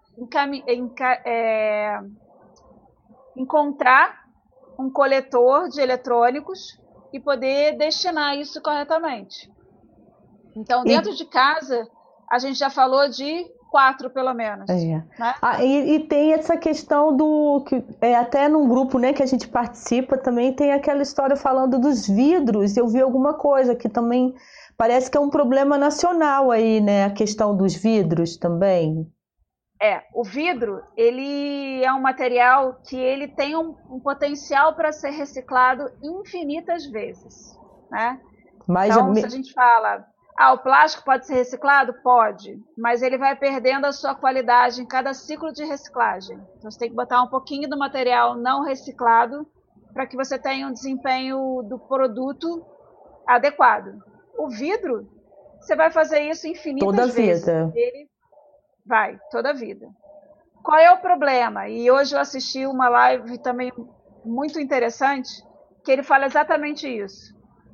encontrar um coletor de eletrônicos e poder destinar isso corretamente. Então, E, dentro de casa, a gente já falou de 4, pelo menos. é. Né? E tem essa questão do que até num grupo, né, que a gente participa também tem aquela história falando dos vidros. Eu vi alguma coisa que também parece que é um problema nacional aí, né? A questão dos vidros também. O vidro, ele é um material que ele tem um potencial para ser reciclado infinitas vezes, né? Mas Então, se a gente fala, o plástico pode ser reciclado? Pode, mas ele vai perdendo a sua qualidade em cada ciclo de reciclagem. Então, você tem que botar um pouquinho do material não reciclado para que você tenha um desempenho do produto adequado. O vidro, você vai fazer isso toda a infinitas vezes. vida. Ele vai, toda a vida. Qual é o problema? E hoje eu assisti uma live também muito interessante, que ele fala exatamente isso.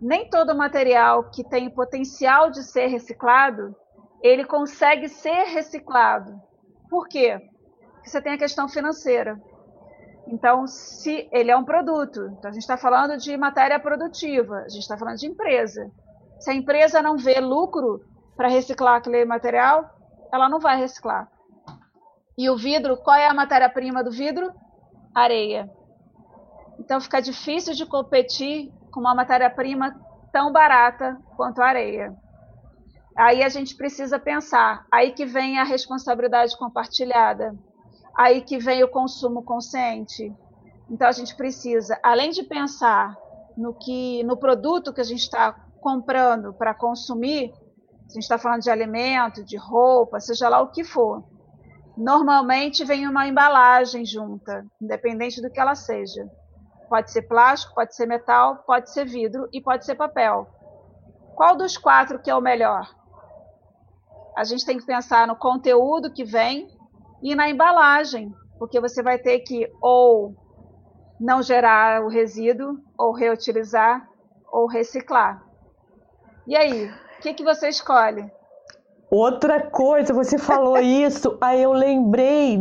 nem todo material que tem o potencial de ser reciclado, ele consegue ser reciclado. Por quê? Porque você tem a questão financeira. Então, se ele é um produto, então a gente está falando de matéria produtiva, a gente está falando de empresa. Se a empresa não vê lucro para reciclar aquele material, ela não vai reciclar. E o vidro, qual é a matéria-prima do vidro? Areia. Então fica difícil de competir com uma matéria-prima tão barata quanto a areia. Aí a gente precisa pensar, aí que vem a responsabilidade compartilhada, aí que vem o consumo consciente. Então a gente precisa, além de pensar no produto que a gente está comprando para consumir, se a gente está falando de alimento, de roupa, seja lá o que for, normalmente vem uma embalagem junta, independente do que ela seja. Pode ser plástico, pode ser metal, pode ser vidro e pode ser papel. Qual dos 4 que é o melhor? A gente tem que pensar no conteúdo que vem e na embalagem, porque você vai ter que ou não gerar o resíduo, ou reutilizar, ou reciclar. E aí, o que você escolhe? Outra coisa, você falou isso, aí eu lembrei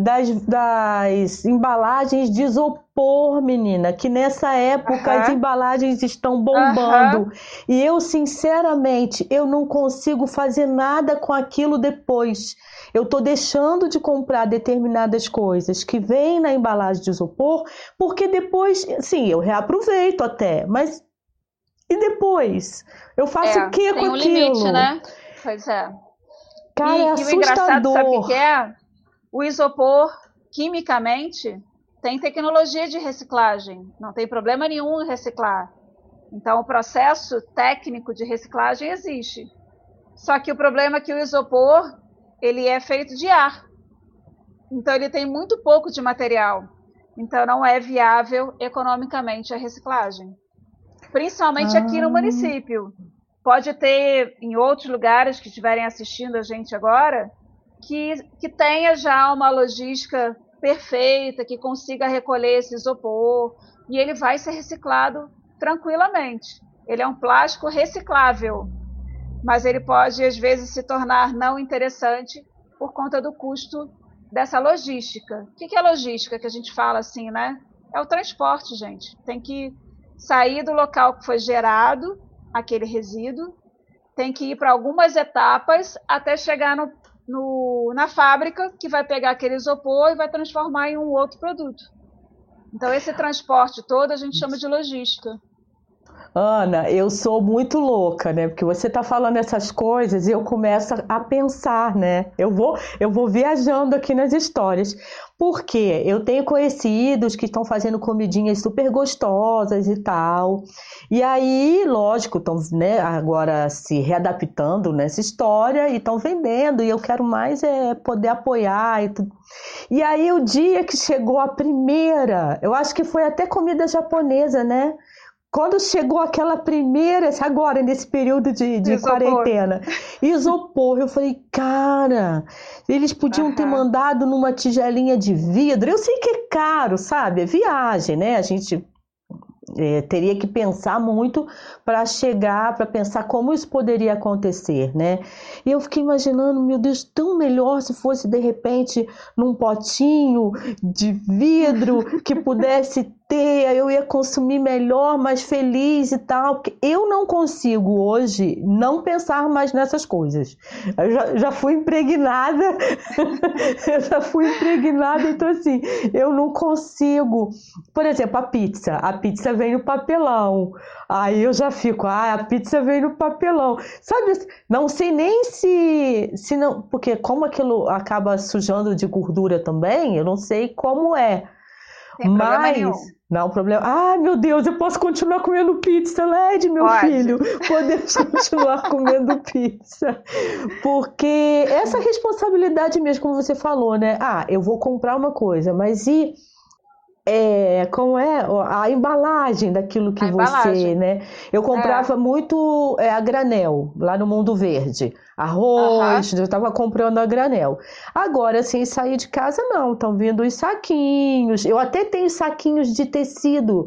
das embalagens de isopor, menina, que nessa época as embalagens estão bombando. E eu, sinceramente, eu não consigo fazer nada com aquilo depois. Eu tô deixando de comprar determinadas coisas que vêm na embalagem de isopor, porque depois, sim, eu reaproveito até, mas e depois? Eu faço o que com aquilo? Tem um limite, né? Pois é. Cara, é assustador. E o engraçado, sabe o que é? O isopor, quimicamente, tem tecnologia de reciclagem. Não tem problema nenhum em reciclar. Então, o processo técnico de reciclagem existe. Só que o problema é que o isopor, ele é feito de ar. Então, ele tem muito pouco de material. Então, não é viável economicamente a reciclagem. Principalmente aqui no município. Pode ter em outros lugares que estiverem assistindo a gente agora, que tenha já uma logística perfeita, que consiga recolher esse isopor, e ele vai ser reciclado tranquilamente. Ele é um plástico reciclável, mas ele pode, às vezes, se tornar não interessante por conta do custo dessa logística. O que é logística que a gente fala assim, né? É o transporte, gente. Tem que sair do local que foi gerado aquele resíduo, tem que ir para algumas etapas até chegar na fábrica que vai pegar aquele isopor e vai transformar em um outro produto. Então esse transporte todo a gente chama de logística. Ana, eu sou muito louca, né? Porque você tá falando essas coisas e eu começo a pensar, né? Eu vou viajando aqui nas histórias. Porque eu tenho conhecidos que estão fazendo comidinhas super gostosas e tal. E aí, lógico, estão, né, agora se readaptando nessa história e estão vendendo. E eu quero mais poder apoiar e tudo. E aí, o dia que chegou a primeira, eu acho que foi até comida japonesa, né? Quando chegou aquela primeira, agora nesse período de quarentena, isopor, eu falei, cara, eles podiam ter mandado numa tigelinha de vidro. Eu sei que é caro, sabe? É viagem, né? A gente teria que pensar muito para chegar, para pensar como isso poderia acontecer, né? E eu fiquei imaginando, meu Deus, tão melhor se fosse de repente num potinho de vidro que pudesse ter, eu ia consumir melhor, mais feliz e tal. Porque eu não consigo hoje não pensar mais nessas coisas. Eu já fui impregnada, então assim, eu não consigo. Por exemplo, a pizza vem no papelão. Aí eu já fico, a pizza vem no papelão. Sabe, não sei nem se não, porque como aquilo acaba sujando de gordura também, eu não sei como é. Tem problema nenhum. Não, problema. Ai, meu Deus, eu posso continuar comendo pizza, Led, meu filho. Podemos continuar comendo pizza. Porque essa responsabilidade mesmo, como você falou, né? Eu vou comprar uma coisa, mas e como é a embalagem daquilo que você, né? Eu comprava muito a granel, lá no Mundo Verde. Arroz, eu estava comprando a granel. Agora, assim, sair de casa, não. Estão vindo os saquinhos. Eu até tenho saquinhos de tecido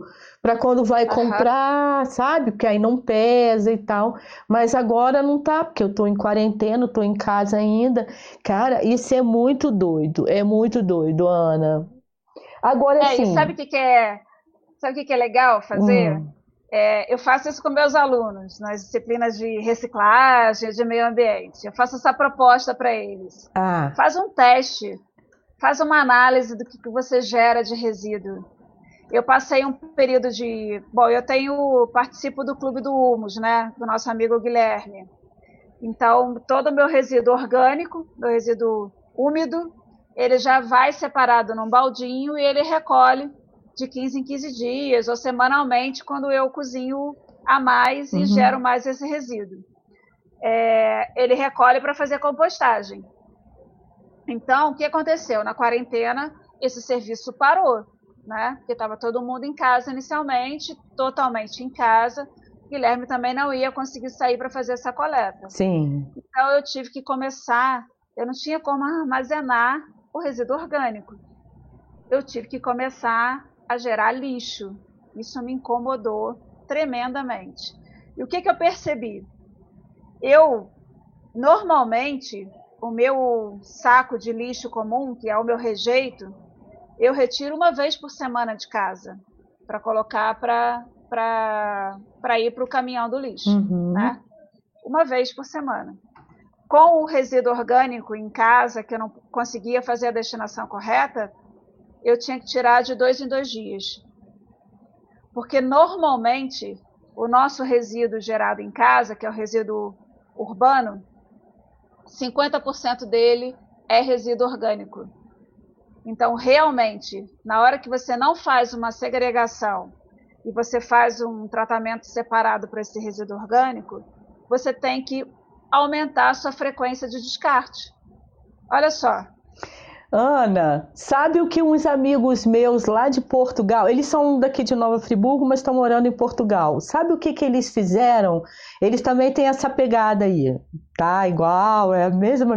para quando vai Aham. comprar, sabe? Porque aí não pesa e tal. Mas agora não tá, porque eu tô em quarentena, tô em casa ainda. Cara, isso é muito doido, Ana. Agora E assim, sabe o que que é legal fazer? hum, Eu faço isso com meus alunos, nas disciplinas de reciclagem, de meio ambiente. Eu faço essa proposta para eles. ah, Faz um teste, faz uma análise do que você gera de resíduo. Eu passei um período de. Bom, participo do Clube do Humus, né? Do nosso amigo Guilherme. Então, todo o meu resíduo orgânico, meu resíduo úmido, ele já vai separado num baldinho e ele recolhe de 15 em 15 dias ou semanalmente quando eu cozinho a mais e gero uhum, mais esse resíduo. Ele recolhe para fazer compostagem. Então, o que aconteceu? Na quarentena, esse serviço parou, né? Porque estava todo mundo em casa inicialmente, totalmente em casa. Guilherme também não ia conseguir sair para fazer essa coleta. sim. Então eu tive que começar, eu não tinha como armazenar o resíduo orgânico. Eu tive que começar a gerar lixo. Isso me incomodou tremendamente. E o que que eu percebi? Eu, normalmente, o meu saco de lixo comum, que é o meu rejeito, eu retiro uma vez por semana de casa para colocar para ir para o caminhão do lixo, Uhum. né? Uma vez por semana. Com o resíduo orgânico em casa, que eu não conseguia fazer a destinação correta, eu tinha que tirar de 2 em 2 dias. Porque normalmente o nosso resíduo gerado em casa, que é o resíduo urbano, 50% dele é resíduo orgânico. Então, realmente, na hora que você não faz uma segregação e você faz um tratamento separado para esse resíduo orgânico, você tem que aumentar a sua frequência de descarte. Olha só. Ana, sabe o que uns amigos meus lá de Portugal, eles são daqui de Nova Friburgo, mas estão morando em Portugal. Sabe o que que eles fizeram? Eles também têm essa pegada aí, tá? Igual, é a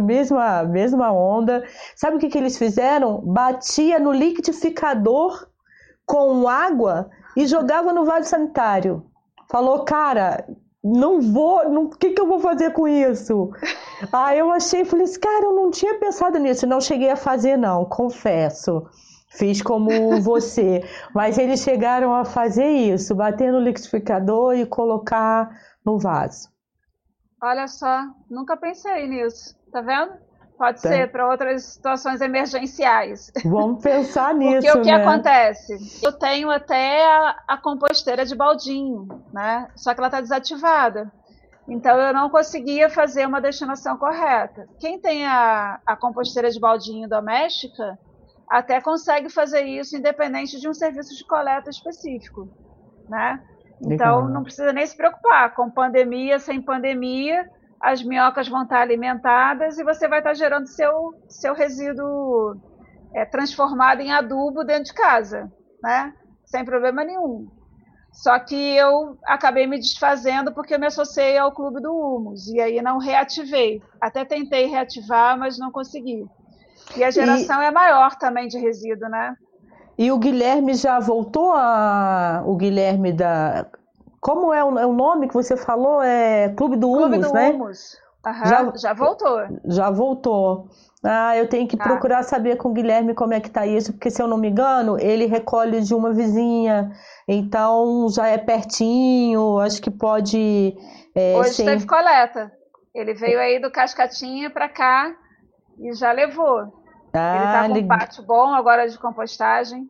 mesma onda. Sabe o que que eles fizeram? Batia no liquidificador com água e jogava no vaso sanitário. Falou, cara, não vou, o que que eu vou fazer com isso? Aí eu achei, falei assim, cara, eu não tinha pensado nisso, não cheguei a fazer não, confesso. Fiz como você, mas eles chegaram a fazer isso, bater no liquidificador e colocar no vaso. Olha só, nunca pensei nisso. Tá vendo? Pode Tá? ser para outras situações emergenciais. Vamos pensar Porque o nisso, que né? acontece? Eu tenho até a composteira de baldinho, né? Só que ela está desativada. Então eu não conseguia fazer uma destinação correta. Quem tem a composteira de baldinho doméstica até consegue fazer isso independente de um serviço de coleta específico, né? Então não Legal. precisa nem se preocupar com pandemia, sem pandemia, as minhocas vão estar alimentadas e você vai estar gerando seu resíduo transformado em adubo dentro de casa, né? Sem problema nenhum. Só que eu acabei me desfazendo porque eu me associei ao Clube do Humus e aí não reativei. Até tentei reativar, mas não consegui. E a E, geração é maior também de resíduo, né? e o Guilherme já voltou o Guilherme da. Como é o nome que você falou? É Clube do Clube do Humus, né? Humus, aham, Já, já voltou. já voltou. Ah, eu tenho que Ah, procurar saber com o Guilherme como é que tá isso, porque se eu não me engano, ele recolhe de uma vizinha, então já é pertinho, acho que pode hoje teve ser. coleta. Ele veio aí do Cascatinha para cá e já levou. Ele está Ah, com um pátio bom agora de compostagem.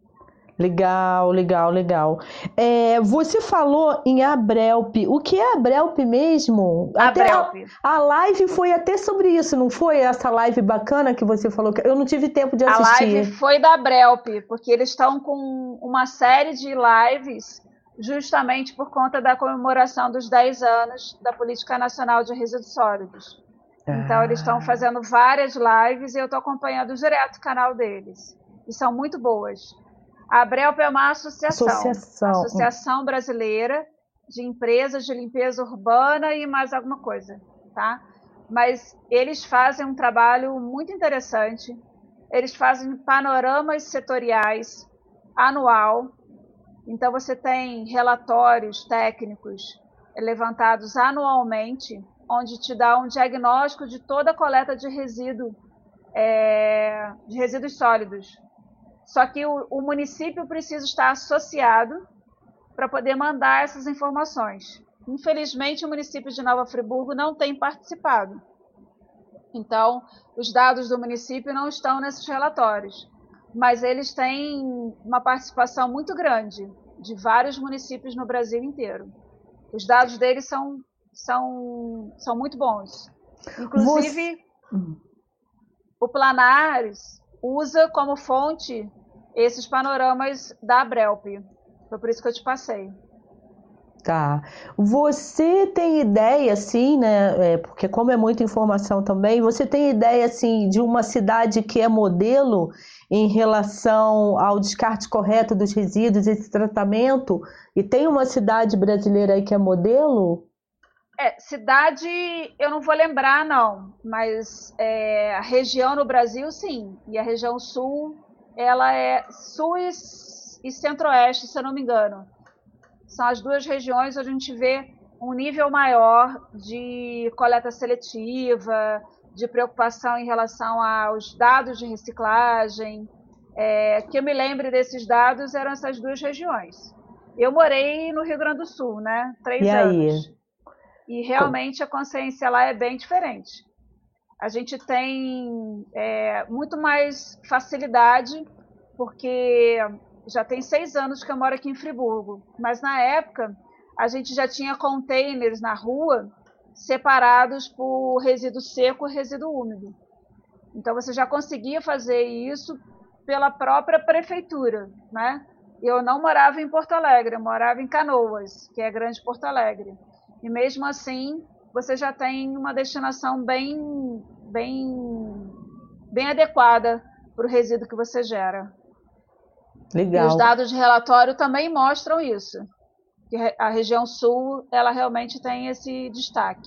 legal, legal, legal. É, você falou em Abrelp. O que é Abrelp mesmo? A Até Brelp. a live foi até sobre isso, não foi? Essa live bacana que você falou que eu não tive tempo de A live assistir. foi da Brelp, porque eles estão com uma série de lives justamente por conta da comemoração dos 10 anos da Política Nacional de Resíduos Sólidos. Então, eles estão Ah, fazendo várias lives e eu estou acompanhando direto o canal deles. E são muito boas. A Abrelp é uma associação. Associação Brasileira de Empresas de Limpeza Urbana e mais alguma coisa, tá? Mas eles fazem um trabalho muito interessante. Eles fazem panoramas setoriais anual Então, você tem relatórios técnicos levantados anualmente, onde te dá um diagnóstico de toda a coleta de resíduos sólidos. Só que o município precisa estar associado para poder mandar essas informações. Infelizmente, o município de Nova Friburgo não tem participado. Então, os dados do município não estão nesses relatórios, mas eles têm uma participação muito grande de vários municípios no Brasil inteiro. Os dados deles são muito bons. Inclusive, o Planares usa como fonte esses panoramas da Abrelp. Foi por isso que eu te passei. Tá. Você tem ideia, assim, né? Porque como é muita informação também, você tem ideia, assim, de uma cidade que é modelo em relação ao descarte correto dos resíduos, esse tratamento? E tem uma cidade brasileira aí que é modelo? Cidade eu não vou lembrar, não. Mas a região no Brasil, sim. E a região sul, ela é sul e centro-oeste, se eu não me engano. São as duas regiões onde a gente vê um nível maior de coleta seletiva, de preocupação em relação aos dados de reciclagem. Que eu me lembre desses dados, eram essas duas regiões. Eu morei no Rio Grande do Sul, né? 3 anos. E realmente a consciência lá é bem diferente. A gente tem muito mais facilidade, porque já tem 6 anos que eu moro aqui em Friburgo, mas na época a gente já tinha containers na rua separados por resíduo seco e resíduo úmido. Então você já conseguia fazer isso pela própria prefeitura, né? Eu não morava em Porto Alegre, eu morava em Canoas, que é a grande Porto Alegre. E mesmo assim, você já tem uma destinação bem adequada para o resíduo que você gera. Legal. E os dados de relatório também mostram isso, que a região sul, ela realmente tem esse destaque.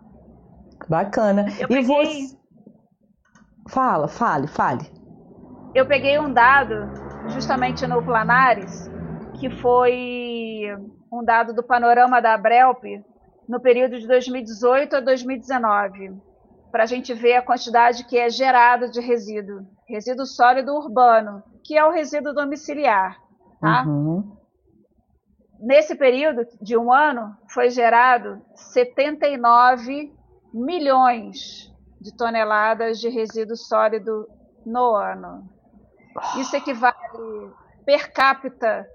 Bacana. Você... Fale. Eu peguei um dado, justamente no Planares, que foi um dado do panorama da Abrelp, no período de 2018 a 2019, para a gente ver a quantidade que é gerado de resíduo sólido urbano, que é o resíduo domiciliar. Tá? Uhum. Nesse período de um ano, foi gerado 79 milhões de toneladas de resíduo sólido no ano. Isso equivale, per capita,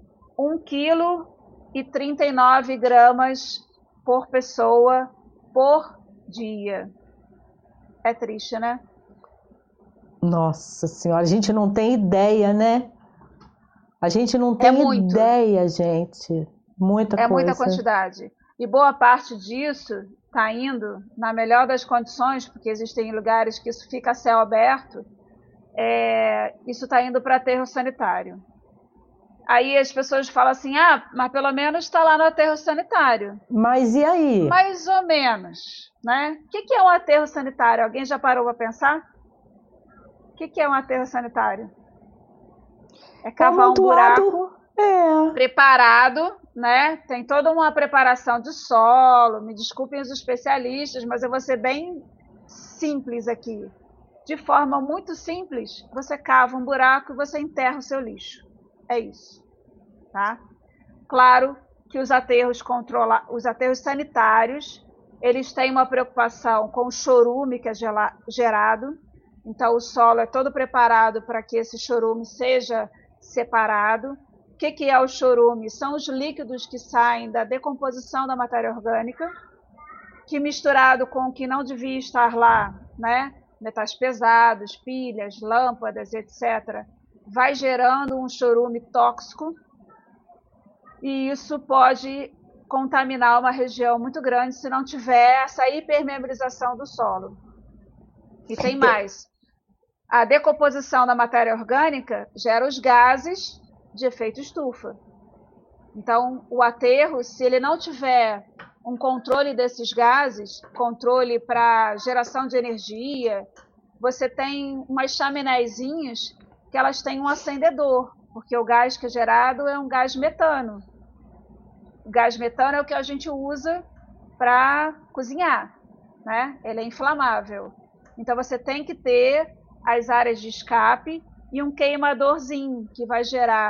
1,39 kg por pessoa por dia. É triste, né? Nossa Senhora, a gente não tem ideia, né? A gente não tem ideia, gente. Muita coisa. É muita quantidade. E boa parte disso está indo, na melhor das condições, porque existem lugares que isso fica a céu aberto, isso está indo para aterro sanitário. Aí as pessoas falam assim, mas pelo menos está lá no aterro sanitário. Mas e aí? Mais ou menos, né? O que é um aterro sanitário? Alguém já parou para pensar? O que é um aterro sanitário? É cavar um buraco preparado, né? Tem toda uma preparação de solo. Me desculpem os especialistas, mas eu vou ser bem simples aqui. De forma muito simples, você cava um buraco e você enterra o seu lixo. É isso, tá? Claro que os aterros sanitários, eles têm uma preocupação com o chorume que é gerado. Então, o solo é todo preparado para que esse chorume seja separado. O que é o chorume? São os líquidos que saem da decomposição da matéria orgânica, que misturado com o que não devia estar lá, né? Metais pesados, pilhas, lâmpadas, etc., vai gerando um chorume tóxico, e isso pode contaminar uma região muito grande se não tiver essa hipermeabilização do solo. E tem mais. A decomposição da matéria orgânica gera os gases de efeito estufa. Então, o aterro, se ele não tiver um controle desses gases, controle para geração de energia, você tem umas chaminézinhas que elas têm um acendedor. porque o gás que é gerado é um gás metano. O gás metano é o que a gente usa para cozinhar, né? Ele é inflamável. Então você tem que ter as áreas de escape e um queimadorzinho que vai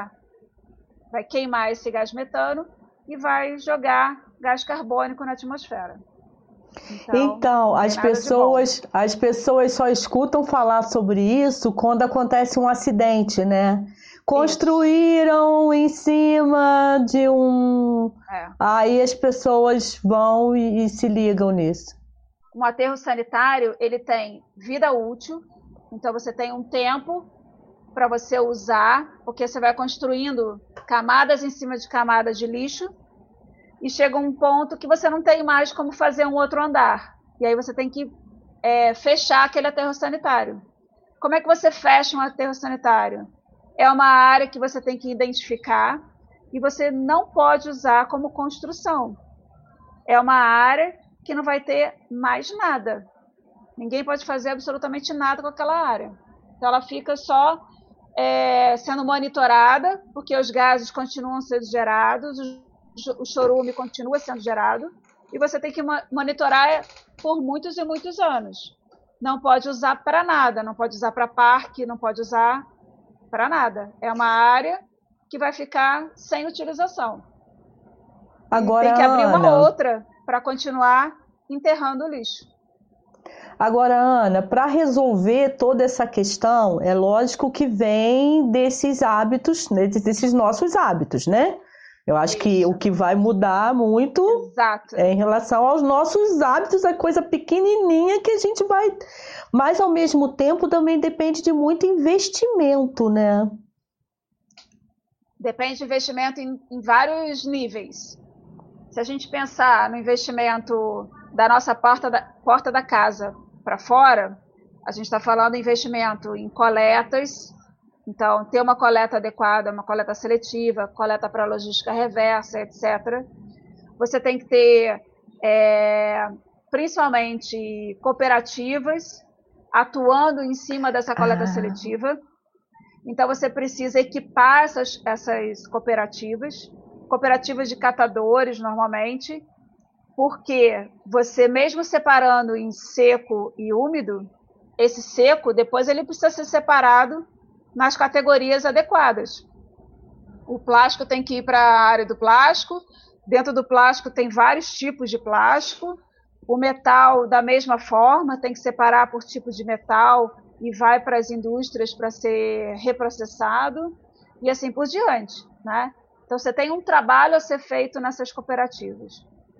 queimar esse gás metano e vai jogar gás carbônico na atmosfera. Então, as pessoas só escutam falar sobre isso quando acontece um acidente, né? Construíram em cima de um... Aí as pessoas vão e se ligam nisso. Um aterro sanitário, ele tem vida útil, então você tem um tempo para você usar, porque você vai construindo camadas em cima de camadas de lixo, e chega um ponto que você não tem mais como fazer um outro andar. E aí você tem que fechar aquele aterro sanitário. Como é que você fecha um aterro sanitário? É uma área que você tem que identificar e você não pode usar como construção. É uma área que não vai ter mais nada. Ninguém pode fazer absolutamente nada com aquela área. Então ela fica só sendo monitorada, porque os gases continuam sendo gerados, o chorume continua sendo gerado, e você tem que monitorar por muitos e muitos anos. Não pode usar para nada, não pode usar para parque, não pode usar para nada. É uma área que vai ficar sem utilização. Agora, tem que abrir Ana, uma outra para continuar enterrando o lixo. Agora, Ana, para resolver toda essa questão, é lógico que vem desses hábitos, né, desses nossos hábitos, né? Eu acho que o que vai mudar muito é em relação aos nossos hábitos, a coisa pequenininha que a gente vai... Mas, ao mesmo tempo, também depende de muito investimento, né? Depende de investimento em vários níveis. Se a gente pensar no investimento da nossa porta da casa para fora, a gente está falando de investimento em coletas. Então, ter uma coleta adequada, uma coleta seletiva, coleta para logística reversa, etc. Você tem que ter, principalmente, cooperativas atuando em cima dessa coleta seletiva. Então, você precisa equipar essas cooperativas de catadores, normalmente, porque você, mesmo separando em seco e úmido, esse seco, depois ele precisa ser separado nas categorias adequadas. O plástico tem que ir para a área do plástico, dentro do plástico tem vários tipos de plástico, o metal, da mesma forma, tem que separar por tipo de metal e vai para as indústrias para ser reprocessado, e assim por diante, né? Então, você tem um trabalho a ser feito nessas cooperativas.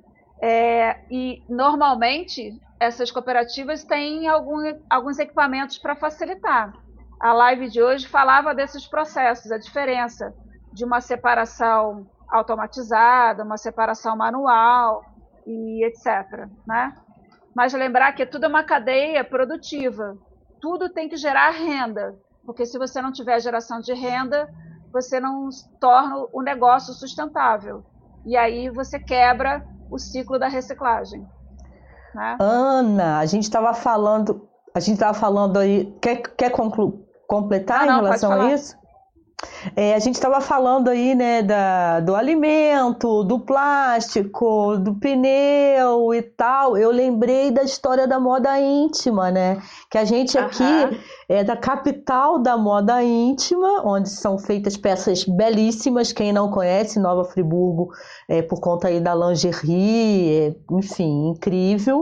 E, normalmente, essas cooperativas têm alguns equipamentos para facilitar. A live de hoje falava desses processos, a diferença de uma separação automatizada, uma separação manual e etc. Né? Mas lembrar que tudo é uma cadeia produtiva. Tudo tem que gerar renda, porque se você não tiver geração de renda, você não torna o negócio sustentável. E aí você quebra o ciclo da reciclagem. Né? Ana, a gente estava falando aí, quer completar em relação a isso? A gente estava falando aí, né, do alimento, do plástico, do pneu e tal. Eu lembrei da história da moda íntima, né? Que a gente aqui é da capital da moda íntima, onde são feitas peças belíssimas. Quem não conhece Nova Friburgo, por conta aí da lingerie, enfim, incrível.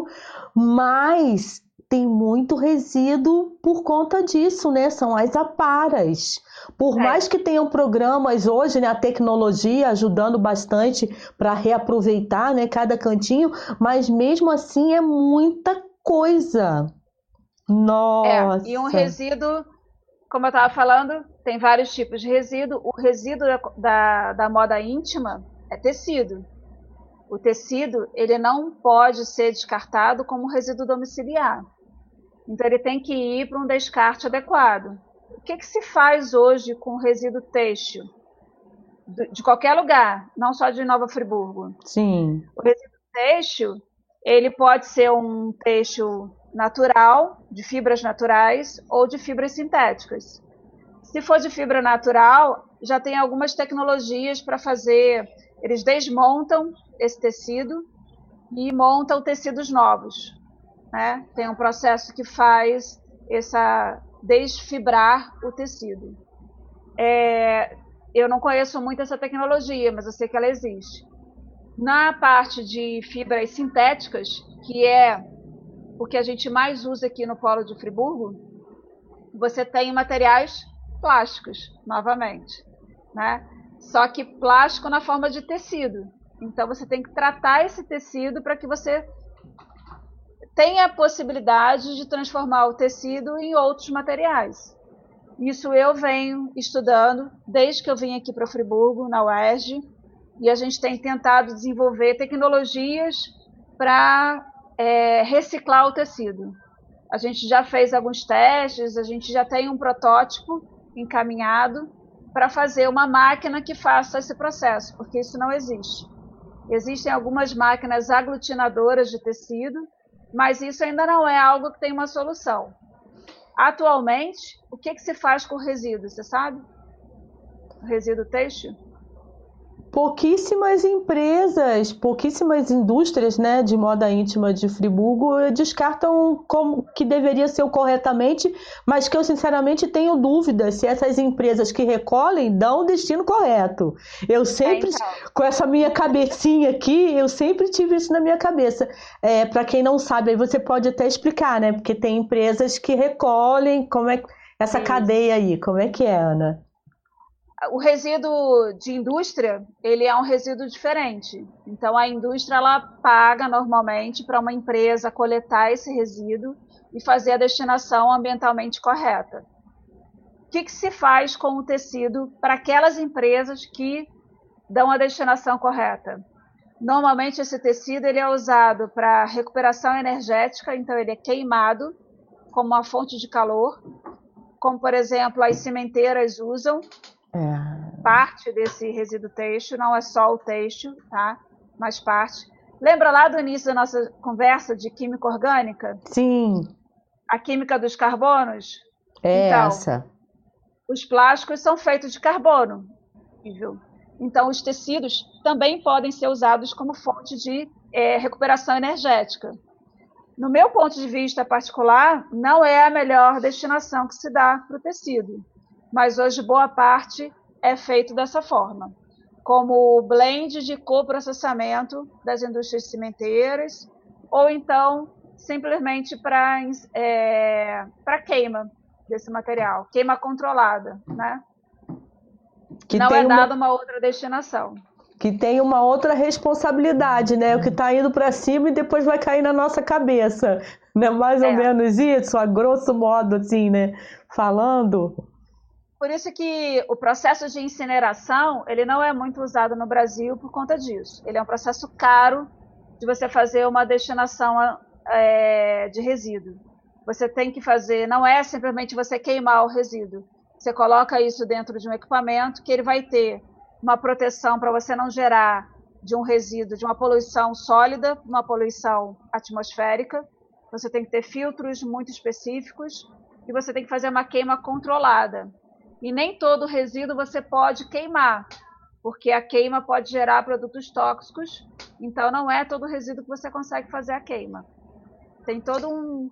Mas tem muito resíduo por conta disso, né? São as aparas. Por mais que tenham programas hoje, né, a tecnologia ajudando bastante para reaproveitar, né, cada cantinho, mas mesmo assim é muita coisa. Nossa! E um resíduo, como eu estava falando, tem vários tipos de resíduo. O resíduo da moda íntima é tecido. O tecido, ele não pode ser descartado como resíduo domiciliar. Então, ele tem que ir para um descarte adequado. O que se faz hoje com resíduo têxtil? De qualquer lugar, não só de Nova Friburgo. Sim. O resíduo têxtil, ele pode ser um têxtil natural, de fibras naturais, ou de fibras sintéticas. Se for de fibra natural, já tem algumas tecnologias para fazer. Eles desmontam esse tecido e montam tecidos novos, né? Tem um processo que faz essa desfibrar o tecido. Eu não conheço muito essa tecnologia, mas eu sei que ela existe. Na parte de fibras sintéticas, que é o que a gente mais usa aqui no Polo de Friburgo, você tem materiais plásticos, novamente, né? Só que plástico na forma de tecido. Então você tem que tratar esse tecido para que você tenha a possibilidade de transformar o tecido em outros materiais. Isso eu venho estudando desde que eu vim aqui para Friburgo, na UERJ, e a gente tem tentado desenvolver tecnologias para reciclar o tecido. A gente já fez alguns testes, a gente já tem um protótipo encaminhado para fazer uma máquina que faça esse processo, porque isso não existe. Existem algumas máquinas aglutinadoras de tecido, mas isso ainda não é algo que tem uma solução. Atualmente, o que se faz com o resíduo, você sabe? O resíduo têxtil? Pouquíssimas empresas, pouquíssimas indústrias, né, de moda íntima de Friburgo descartam como que deveria ser o corretamente, mas que eu sinceramente tenho dúvidas se essas empresas que recolhem dão o destino correto. Eu sempre, com essa minha cabecinha aqui, eu sempre tive isso na minha cabeça. Para quem não sabe, aí você pode até explicar, né, porque tem empresas que recolhem, como é essa cadeia aí, como é que é, Ana? O resíduo de indústria, ele é um resíduo diferente. Então, a indústria ela paga normalmente para uma empresa coletar esse resíduo e fazer a destinação ambientalmente correta. O que se faz com o tecido para aquelas empresas que dão a destinação correta? Normalmente, esse tecido ele é usado para recuperação energética, então ele é queimado como uma fonte de calor, como, por exemplo, as cimenteiras usam. Parte desse resíduo têxtil, não é só o têxtil, tá? Mas parte. Lembra lá do início da nossa conversa de química orgânica? Sim. A química dos carbonos? Então, essa. Os plásticos são feitos de carbono, viu? Então, os tecidos também podem ser usados como fonte de recuperação energética. No meu ponto de vista particular, não é a melhor destinação que se dá para o tecido. Mas hoje boa parte é feito dessa forma, como blend de coprocessamento das indústrias cimenteiras, ou então simplesmente para queima desse material, queima controlada, né? Que não é dada uma outra destinação. Que tem uma outra responsabilidade, né? O que está indo para cima e depois vai cair na nossa cabeça. Não é mais ou menos isso, a grosso modo, assim, né? Falando. Por isso que o processo de incineração, ele não é muito usado no Brasil por conta disso. Ele é um processo caro de você fazer uma destinação de resíduo. Você tem que fazer, não é simplesmente você queimar o resíduo. Você coloca isso dentro de um equipamento que ele vai ter uma proteção para você não gerar de um resíduo, de uma poluição sólida, uma poluição atmosférica. Você tem que ter filtros muito específicos e você tem que fazer uma queima controlada. E nem todo resíduo você pode queimar, porque a queima pode gerar produtos tóxicos, então não é todo resíduo que você consegue fazer a queima. Tem todo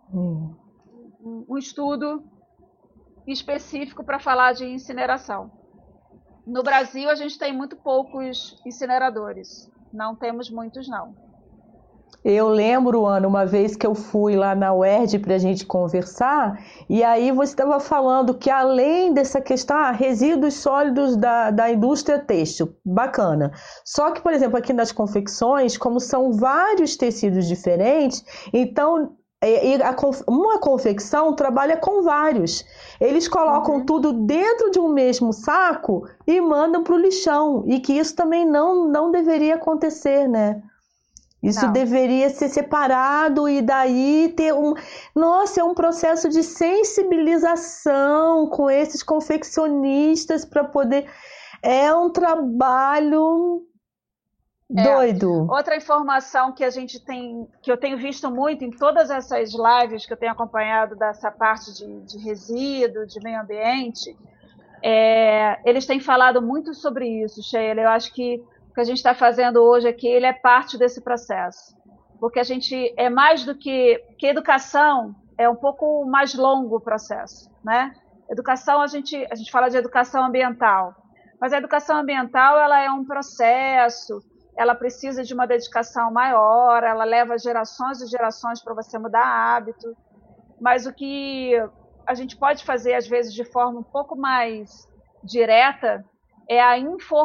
um estudo específico para falar de incineração. No Brasil, a gente tem muito poucos incineradores, não temos muitos, não. Eu lembro, Ana, uma vez que eu fui lá na UERJ para a gente conversar, e aí você estava falando que além dessa questão, resíduos sólidos da indústria têxtil, bacana. Só que, por exemplo, aqui nas confecções, como são vários tecidos diferentes, então uma confecção trabalha com vários. Eles colocam tudo dentro de um mesmo saco e mandam para o lixão, e que isso também não deveria acontecer, né? Isso deveria ser separado e daí ter Nossa, é um processo de sensibilização com esses confeccionistas para poder... É um trabalho doido. Outra informação que eu tenho visto muito em todas essas lives que eu tenho acompanhado dessa parte de resíduo, de meio ambiente, Eles têm falado muito sobre isso, Sheila. Eu acho que o que a gente está fazendo hoje aqui, ele é parte desse processo. Porque a gente é mais do que educação, é um pouco mais longo o processo, né? Educação, a gente fala de educação ambiental, mas a educação ambiental, ela é um processo, ela precisa de uma dedicação maior, ela leva gerações e gerações para você mudar hábito, mas o que a gente pode fazer, às vezes, de forma um pouco mais direta, é a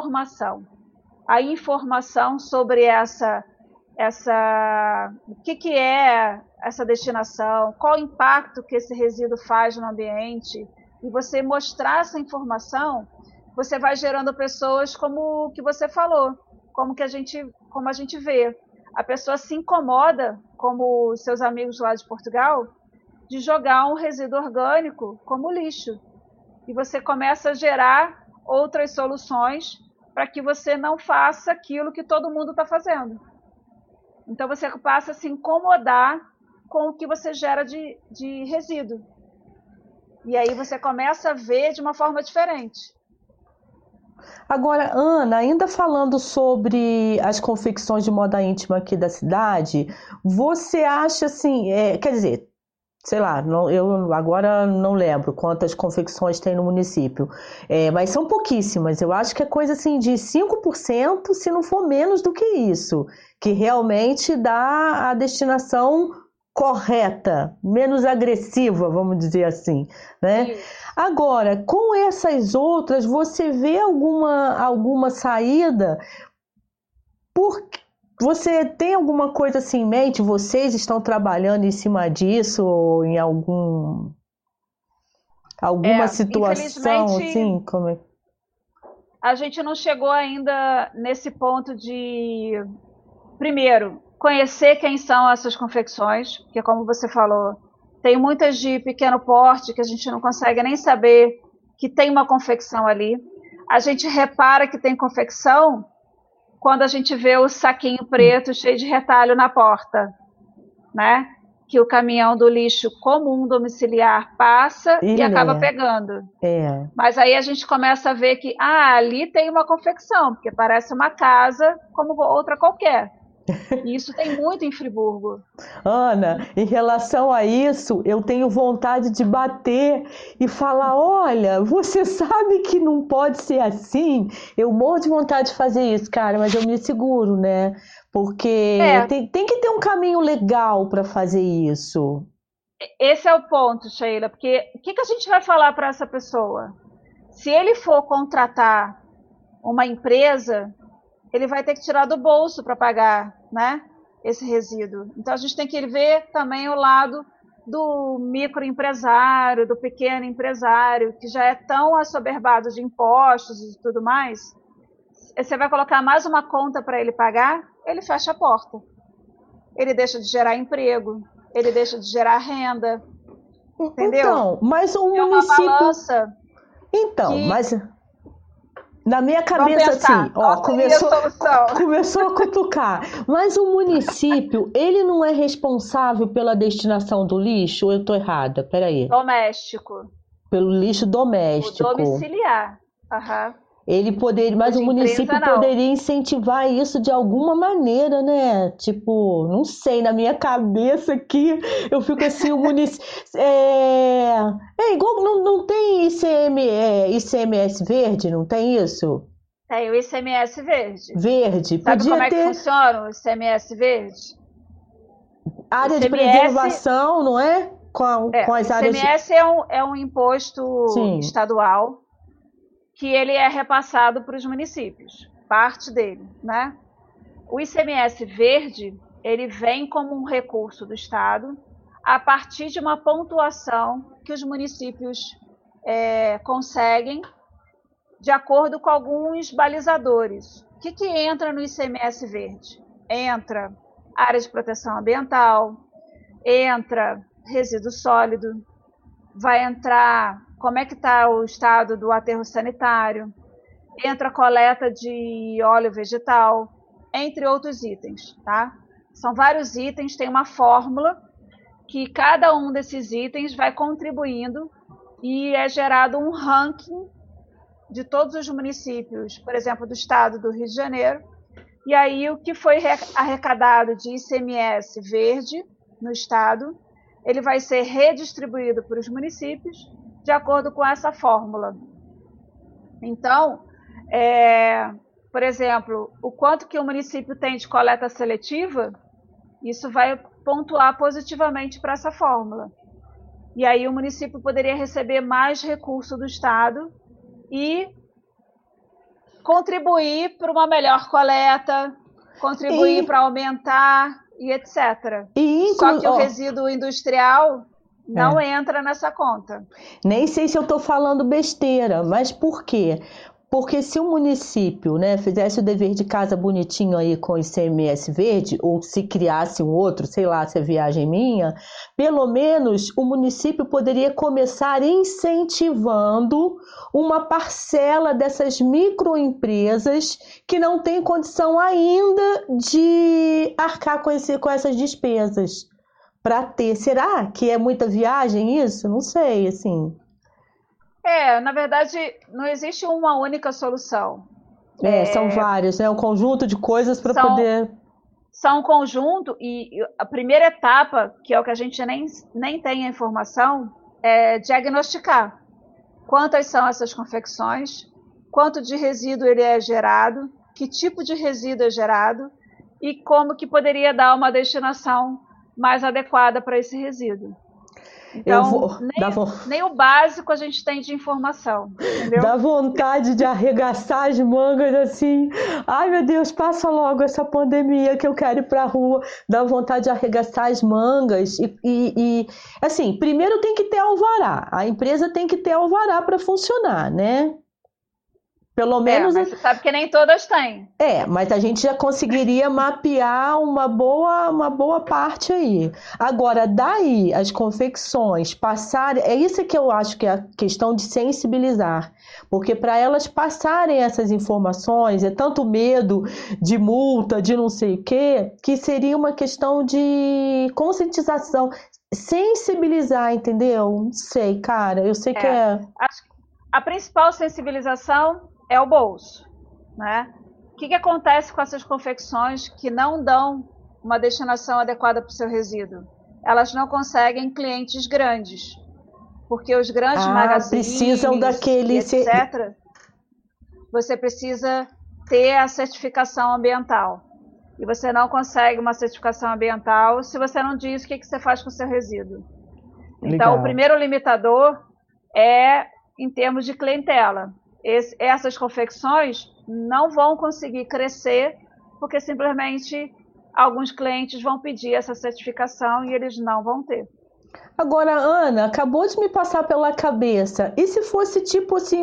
informação sobre o que é essa destinação, qual o impacto que esse resíduo faz no ambiente, e você mostrar essa informação, você vai gerando pessoas como o que você falou, como a gente vê. A pessoa se incomoda, como os seus amigos lá de Portugal, de jogar um resíduo orgânico como lixo. E você começa a gerar outras soluções para que você não faça aquilo que todo mundo está fazendo. Então você passa a se incomodar com o que você gera de resíduo. E aí você começa a ver de uma forma diferente. Agora, Ana, ainda falando sobre as confecções de moda íntima aqui da cidade, você acha assim, quer dizer, sei lá, eu agora não lembro quantas confecções tem no município, mas são pouquíssimas. Eu acho que é coisa assim de 5%, se não for menos do que isso, que realmente dá a destinação correta, menos agressiva, vamos dizer assim, né? Agora, com essas outras, você vê alguma saída? Você tem alguma coisa assim em mente? Vocês estão trabalhando em cima disso ou em alguma situação assim? A gente não chegou ainda nesse ponto de, primeiro, conhecer quem são essas confecções, porque como você falou, tem muitas de pequeno porte que a gente não consegue nem saber que tem uma confecção ali. A gente repara que tem confecção quando a gente vê o saquinho preto cheio de retalho na porta, né? Que o caminhão do lixo comum domiciliar passa e acaba pegando. Mas aí a gente começa a ver que ali tem uma confecção, porque parece uma casa como outra qualquer. E isso tem muito em Friburgo. Ana, em relação a isso, eu tenho vontade de bater e falar, olha, você sabe que não pode ser assim? Eu morro de vontade de fazer isso, cara, mas eu me seguro, né? Porque tem que ter um caminho legal para fazer isso. Esse é o ponto, Sheila, porque o que a gente vai falar para essa pessoa? Se ele for contratar uma empresa, ele vai ter que tirar do bolso para pagar, né, esse resíduo. Então a gente tem que ver também o lado do microempresário, do pequeno empresário, que já é tão assoberbado de impostos e tudo mais. Você vai colocar mais uma conta para ele pagar, ele fecha a porta. Ele deixa de gerar emprego, ele deixa de gerar renda. Entendeu? Então, mas o município... uma balança. Então, mas... Na minha cabeça, assim, começou a cutucar. Mas o município, ele não é responsável pela destinação do lixo? Ou eu tô errada? Peraí. Doméstico. Pelo lixo doméstico. O domiciliar. Ele poderia, mas o município poderia incentivar isso de alguma maneira, né? Tipo, não sei, na minha cabeça aqui, eu fico assim, o município... igual, não tem ICMS verde, não tem isso? Tem o ICMS verde. Verde. Sabe como é que funciona o ICMS verde? Área de preservação, não é? Com as áreas... O ICMS é um imposto estadual que ele é repassado para os municípios, parte dele, né? O ICMS verde, ele vem como um recurso do Estado a partir de uma pontuação que os municípios conseguem de acordo com alguns balizadores. O que entra no ICMS verde? Entra área de proteção ambiental, entra resíduo sólido, vai entrar como é que está o estado do aterro sanitário, entra a coleta de óleo vegetal, entre outros itens, tá? São vários itens, tem uma fórmula que cada um desses itens vai contribuindo e é gerado um ranking de todos os municípios, por exemplo, do estado do Rio de Janeiro, e aí o que foi arrecadado de ICMS verde no estado, ele vai ser redistribuído para os municípios de acordo com essa fórmula. Então, por exemplo, o quanto que o município tem de coleta seletiva, isso vai pontuar positivamente para essa fórmula. E aí o município poderia receber mais recurso do estado e contribuir para uma melhor coleta, contribuir para aumentar e etc. Só que o resíduo industrial não entra nessa conta. Nem sei se eu estou falando besteira, mas por quê? Porque se o município, né, fizesse o dever de casa bonitinho aí com o ICMS verde, ou se criasse um outro, sei lá, se é viagem minha, pelo menos o município poderia começar incentivando uma parcela dessas microempresas que não tem condição ainda de arcar com essas despesas para ter. Será que é muita viagem isso? Não sei, assim. Na verdade, não existe uma única solução. São várias, né? Um conjunto de coisas para poder... São um conjunto, e a primeira etapa, que é o que a gente nem tem a informação, é diagnosticar quantas são essas confecções, quanto de resíduo ele é gerado, que tipo de resíduo é gerado e como que poderia dar uma destinação mais adequada para esse resíduo. Então, nem o básico a gente tem de informação, entendeu? Dá vontade de arregaçar as mangas assim. Ai, meu Deus, passa logo essa pandemia que eu quero ir pra rua. Dá vontade de arregaçar as mangas. E assim, primeiro tem que ter alvará. A empresa tem que ter alvará para funcionar, né? Pelo menos... mas você sabe que nem todas têm. Mas a gente já conseguiria mapear uma boa parte aí. Agora, daí as confecções passarem... É isso que eu acho que é a questão de sensibilizar. Porque para elas passarem essas informações, é tanto medo de multa, de não sei o quê, que seria uma questão de conscientização. Sensibilizar, entendeu? Não sei, cara. Eu sei que Acho que a principal sensibilização é o bolso, né? O que acontece com essas confecções que não dão uma destinação adequada para o seu resíduo? Elas não conseguem clientes grandes, porque os grandes magazines, precisam daquele, etc., você precisa ter a certificação ambiental. E você não consegue uma certificação ambiental se você não diz o que você faz com o seu resíduo. Legal. Então, o primeiro limitador é em termos de clientela. Essas confecções não vão conseguir crescer porque simplesmente alguns clientes vão pedir essa certificação e eles não vão ter. Agora, Ana, acabou de me passar pela cabeça. E se fosse tipo assim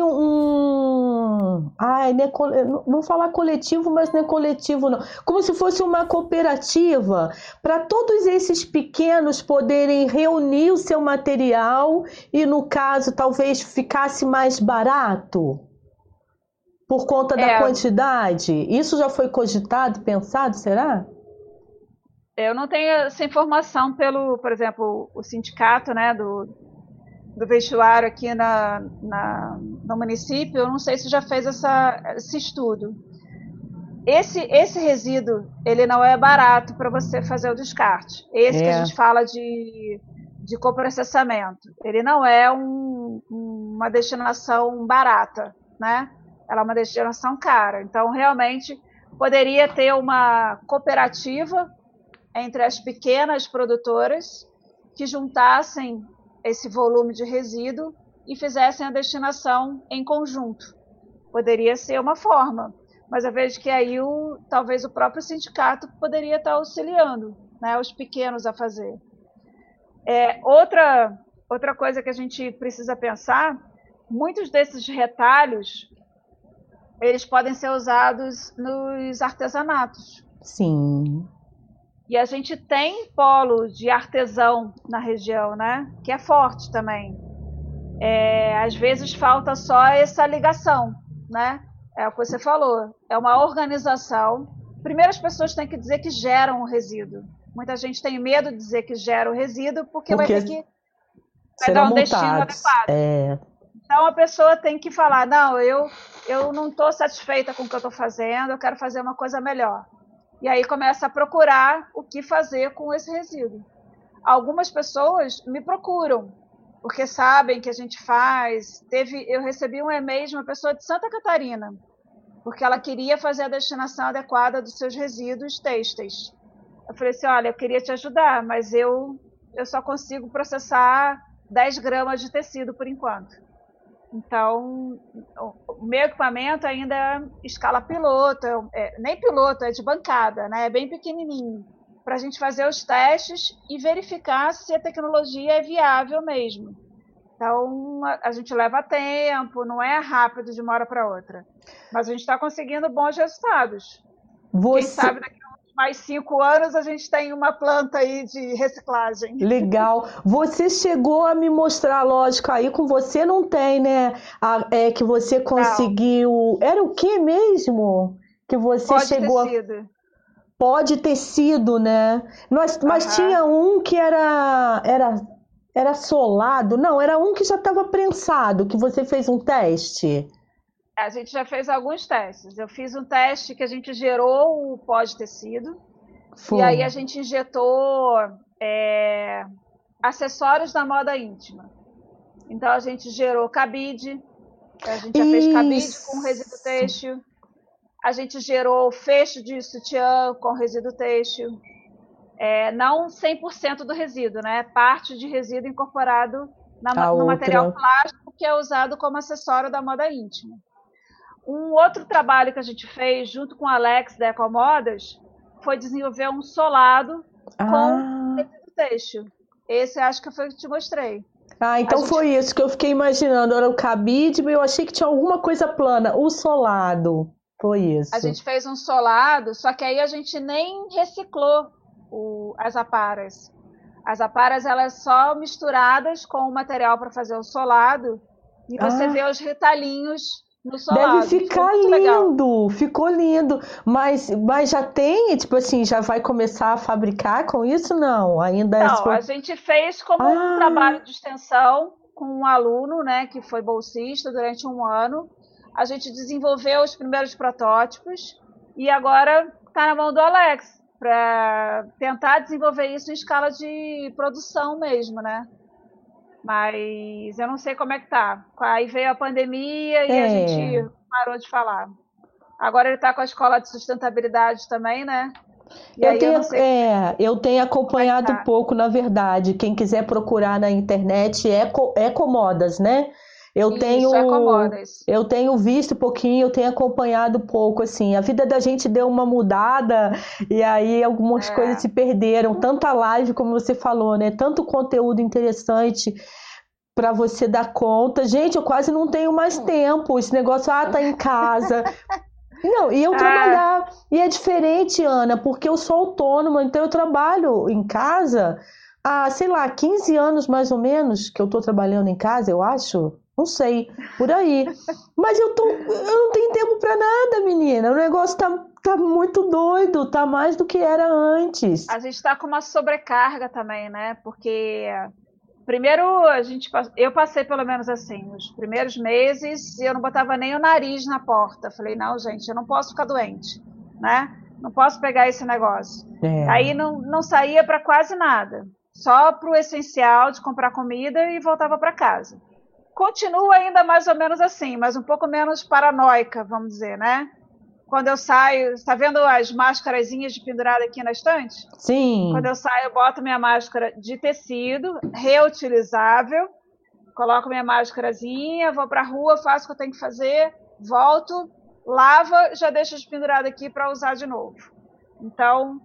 não vou falar coletivo, mas não é coletivo não. Como se fosse uma cooperativa para todos esses pequenos poderem reunir o seu material e, no caso, talvez ficasse mais barato por conta da quantidade. Isso já foi cogitado, pensado, será? Eu não tenho essa informação por exemplo, o sindicato, né, do vestuário aqui no município. Eu não sei se já fez esse estudo. Esse resíduo, ele não é barato para você fazer o descarte. Esse que a gente fala de coprocessamento. Ele não é uma destinação barata, né? Ela é uma destinação cara. Então, realmente, poderia ter uma cooperativa entre as pequenas produtoras que juntassem esse volume de resíduo e fizessem a destinação em conjunto. Poderia ser uma forma, mas eu vejo que aí talvez o próprio sindicato poderia estar auxiliando, né, os pequenos a fazer. Outra coisa que a gente precisa pensar, muitos desses retalhos, eles podem ser usados nos artesanatos. Sim. E a gente tem polo de artesão na região, né? Que é forte também. Às vezes falta só essa ligação, né? É o que você falou. É uma organização. Primeiro as pessoas têm que dizer que geram o resíduo. Muita gente tem medo de dizer que gera o resíduo porque vai ter que dar um destino adequado. Então a pessoa tem que falar, não, eu não estou satisfeita com o que eu estou fazendo, eu quero fazer uma coisa melhor. E aí começa a procurar o que fazer com esse resíduo. Algumas pessoas me procuram, porque sabem que a gente faz. Eu recebi um e-mail de uma pessoa de Santa Catarina, porque ela queria fazer a destinação adequada dos seus resíduos têxteis. Eu falei assim, olha, eu queria te ajudar, mas eu só consigo processar 10 gramas de tecido por enquanto. Então, o meu equipamento ainda é escala piloto, nem piloto, é de bancada, né? É bem pequenininho, para a gente fazer os testes e verificar se a tecnologia é viável mesmo. Então, a gente leva tempo, não é rápido de uma hora para outra. Mas a gente está conseguindo bons resultados. Quem sabe daqui a mais 5 anos a gente tem uma planta aí de reciclagem. Legal. Você chegou a me mostrar, lógico, aí com você não tem, né? É que você conseguiu. Não. Era o que mesmo? Que você Pode chegou. Ter sido. Pode ter sido, né? Mas tinha um que era solado. Não, era um que já estava prensado, que você fez um teste. A gente já fez alguns testes. Eu fiz um teste que a gente gerou o pó de tecido. E aí a gente injetou acessórios da moda íntima. Então a gente gerou cabide. A gente já fez cabide com resíduo têxtil. A gente gerou fecho de sutiã com resíduo têxtil. Não 100% do resíduo, né? Parte de resíduo incorporado no material plástico que é usado como acessório da moda íntima. Um outro trabalho que a gente fez junto com o Alex da Ecomodas foi desenvolver um solado com resíduo têxtil. Esse acho que foi o que te mostrei. Então foi isso que eu fiquei imaginando. Era o cabide, mas eu achei que tinha alguma coisa plana. O solado. Foi isso. A gente fez um solado, só que aí a gente nem reciclou as aparas. As aparas, elas só misturadas com o material para fazer o solado. E você vê os retalhinhos no solado. Deve ficar lindo, legal. Ficou lindo. Mas já tem, tipo assim, já vai começar a fabricar com isso? Não, ainda não, a gente fez como um trabalho de extensão com um aluno, né, que foi bolsista durante 1 ano. A gente desenvolveu os primeiros protótipos e agora está na mão do Alex para tentar desenvolver isso em escala de produção mesmo, né? Mas eu não sei como é que tá. Aí veio a pandemia e a gente parou de falar. Agora ele está com a escola de sustentabilidade também, né? E eu tenho acompanhado um pouco, na verdade. Quem quiser procurar na internet, Ecomodas, né? Eu tenho visto um pouquinho, eu tenho acompanhado pouco, assim. A vida da gente deu uma mudada e aí algumas coisas se perderam. Tanta live, como você falou, né? Tanto conteúdo interessante para você dar conta. Gente, eu quase não tenho mais tempo. Esse negócio, tá em casa. Não, e eu trabalhar. E é diferente, Ana, porque eu sou autônoma, então eu trabalho em casa há, sei lá, 15 anos mais ou menos que eu tô trabalhando em casa, eu acho. Não sei, por aí. Mas eu não tenho tempo para nada, menina. O negócio tá muito doido, tá mais do que era antes. A gente tá com uma sobrecarga também, né? Porque primeiro eu passei pelo menos assim, os primeiros meses eu não botava nem o nariz na porta. Falei, não, gente, eu não posso ficar doente, né? Não posso pegar esse negócio. Aí não saía para quase nada. Só pro essencial de comprar comida e voltava para casa. Continua ainda mais ou menos assim, mas um pouco menos paranoica, vamos dizer, né? Quando eu saio, está vendo as máscarazinhas de pendurada aqui na estante? Sim. Quando eu saio, eu boto minha máscara de tecido, reutilizável, coloco minha máscarazinha, vou para a rua, faço o que eu tenho que fazer, volto, lavo, já deixo pendurada aqui para usar de novo. Então,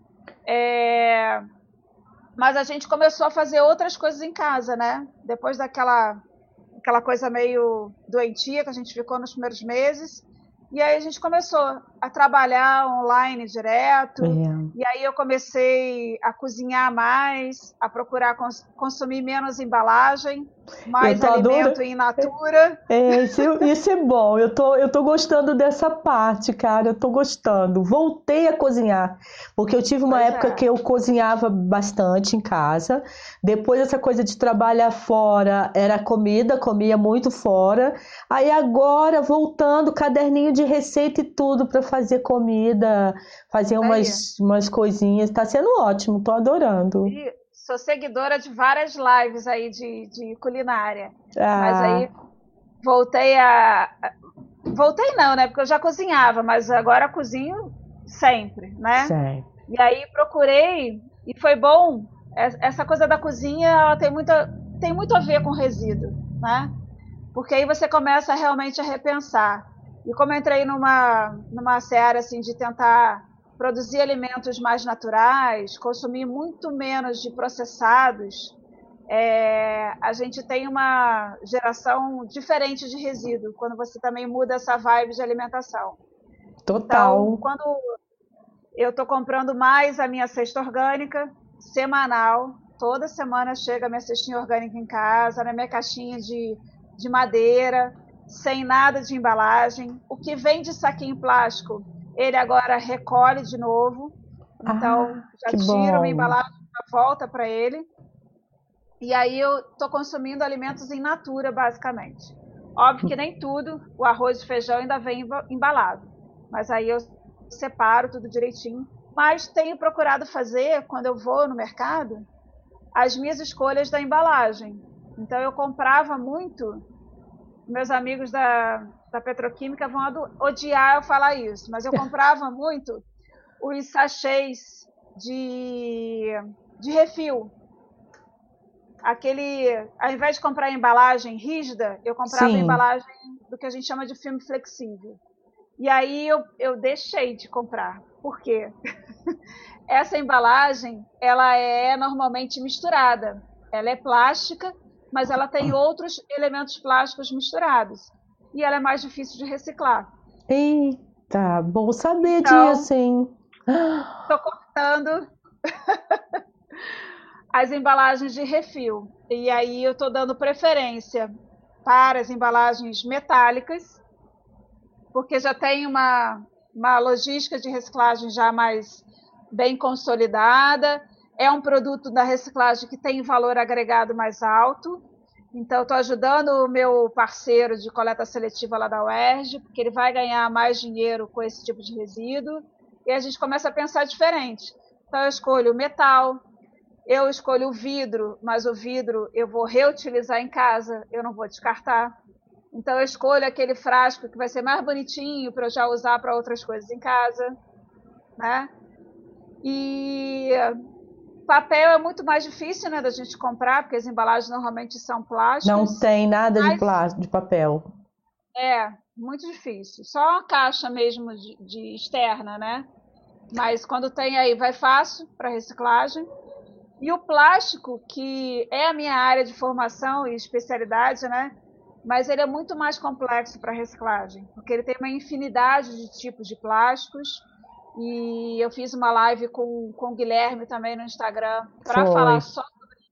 mas a gente começou a fazer outras coisas em casa, né? Depois daquela coisa meio doentia que a gente ficou nos primeiros meses. E aí a gente começou a trabalhar online direto, e aí eu comecei a cozinhar mais, a procurar consumir menos embalagem, Eu mais tô adorando. alimento in natura. Isso é bom. Eu tô gostando dessa parte, cara. Eu tô gostando. Voltei a cozinhar, porque eu tive uma Pois época é, que eu cozinhava bastante em casa. Depois essa coisa de trabalhar fora era comida, comia muito fora. Aí agora voltando, caderninho de receita e tudo para fazer comida, fazer isso aí. umas coisinhas. Tá sendo ótimo. Tô adorando. E sou seguidora de várias lives aí de culinária, mas Ah, aí voltei a... Voltei não, né? Porque eu já cozinhava, mas agora cozinho sempre, né? sério. E aí procurei, e foi bom. Essa coisa da cozinha, ela tem muito a ver com resíduo, né? Porque aí você começa realmente a repensar. E como eu entrei numa seara assim, de tentar produzir alimentos mais naturais, consumir muito menos de processados, a gente tem uma geração diferente de resíduo quando você também muda essa vibe de alimentação. Então, Total. quando eu estou comprando mais a minha cesta orgânica, semanal, toda semana chega a minha cestinha orgânica em casa, na minha caixinha de madeira, sem nada de embalagem. O que vem de saquinho plástico, ele agora recolhe de novo. Então, Ah, já que tiro minha bom. embalagem de volta para ele. E aí eu estou consumindo alimentos in natura, basicamente. Óbvio que nem tudo, o arroz e feijão ainda vem embalado. Mas aí eu separo tudo direitinho. Mas tenho procurado fazer, quando eu vou no mercado, as minhas escolhas da embalagem. Então eu comprava muito, meus amigos da petroquímica vão odiar eu falar isso, mas eu comprava muito os sachês de refil. Ao invés de comprar embalagem rígida, eu comprava Sim. embalagem do que a gente chama de filme flexível. E aí eu deixei de comprar. Por quê? Essa embalagem, ela é normalmente misturada. Ela é plástica, mas ela tem outros elementos plásticos misturados. E ela é mais difícil de reciclar. Eita, bom saber Então, disso, hein? estou cortando as embalagens de refil. E aí eu estou dando preferência para as embalagens metálicas, porque já tem uma logística de reciclagem já mais bem consolidada. É um produto da reciclagem que tem valor agregado mais alto. Então, estou ajudando o meu parceiro de coleta seletiva lá da UERJ, porque ele vai ganhar mais dinheiro com esse tipo de resíduo. E a gente começa a pensar diferente. Então, eu escolho o metal, eu escolho o vidro, mas o vidro eu vou reutilizar em casa, eu não vou descartar. Então eu escolho aquele frasco que vai ser mais bonitinho para eu já usar para outras coisas em casa, né? E papel é muito mais difícil, né, da gente comprar, porque as embalagens normalmente são Não plásticas, tem nada de mas plástico, de papel. é muito difícil. Só a caixa mesmo de externa, né? Mas quando tem aí, vai fácil para reciclagem. E o plástico, que é a minha área de formação e especialidade, né? Mas ele é muito mais complexo para reciclagem, porque ele tem uma infinidade de tipos de plásticos. E eu fiz uma live com o Guilherme também no Instagram para Foi. falar só,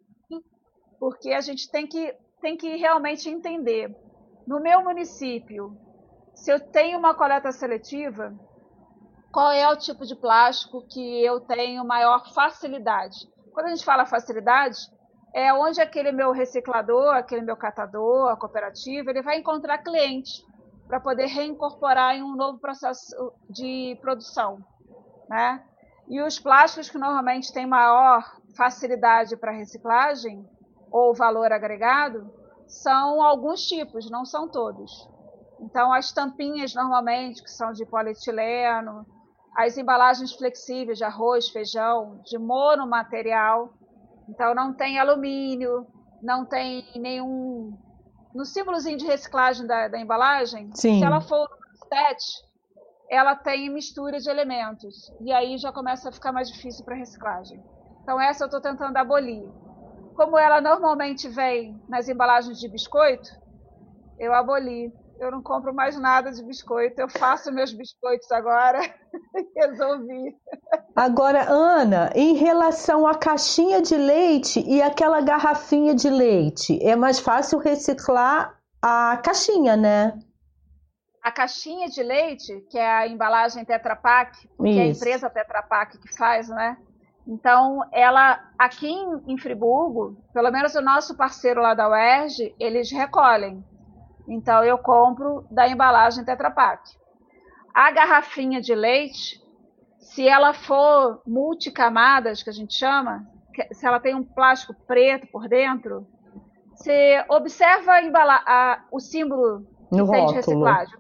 porque a gente tem que realmente entender. No meu município, se eu tenho uma coleta seletiva, qual é o tipo de plástico que eu tenho maior facilidade? Quando a gente fala facilidade, é onde aquele meu reciclador, aquele meu catador, a cooperativa, ele vai encontrar cliente para poder reincorporar em um novo processo de produção, né? E os plásticos que normalmente têm maior facilidade para reciclagem ou valor agregado são alguns tipos, não são todos. Então, as tampinhas normalmente, que são de polietileno, as embalagens flexíveis de arroz, feijão, de monomaterial, então não tem alumínio, não tem nenhum. No símbolozinho de reciclagem da embalagem, se ela Sim. for PET, ela tem mistura de elementos. E aí já começa a ficar mais difícil para reciclagem. Então essa eu estou tentando abolir. Como ela normalmente vem nas embalagens de biscoito, eu aboli. Eu não compro mais nada de biscoito. Eu faço meus biscoitos agora. Resolvi. Agora, Ana, em relação à caixinha de leite e aquela garrafinha de leite, é mais fácil reciclar a caixinha, né? A caixinha de leite, que é a embalagem Tetra Pak, que é a Isso. empresa Tetra Pak que faz, né? Então, ela, aqui em Friburgo, pelo menos o nosso parceiro lá da UERJ, eles recolhem. Então, eu compro da embalagem Tetra Pak. A garrafinha de leite, se ela for multicamadas, que a gente chama, se ela tem um plástico preto por dentro, você observa o símbolo No que tem de rótulo. reciclagem.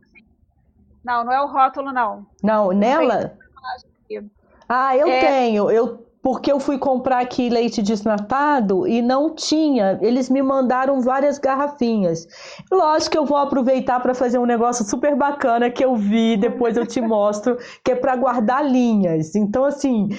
Não, não é o rótulo, não. Não, Eu não tenho nela? reciclagem aqui. Ah, eu É, tenho. Porque eu fui comprar aqui leite desnatado e não tinha. Eles me mandaram várias garrafinhas. Lógico que eu vou aproveitar para fazer um negócio super bacana que eu vi, depois eu te mostro, que é para guardar linhas. Então, assim,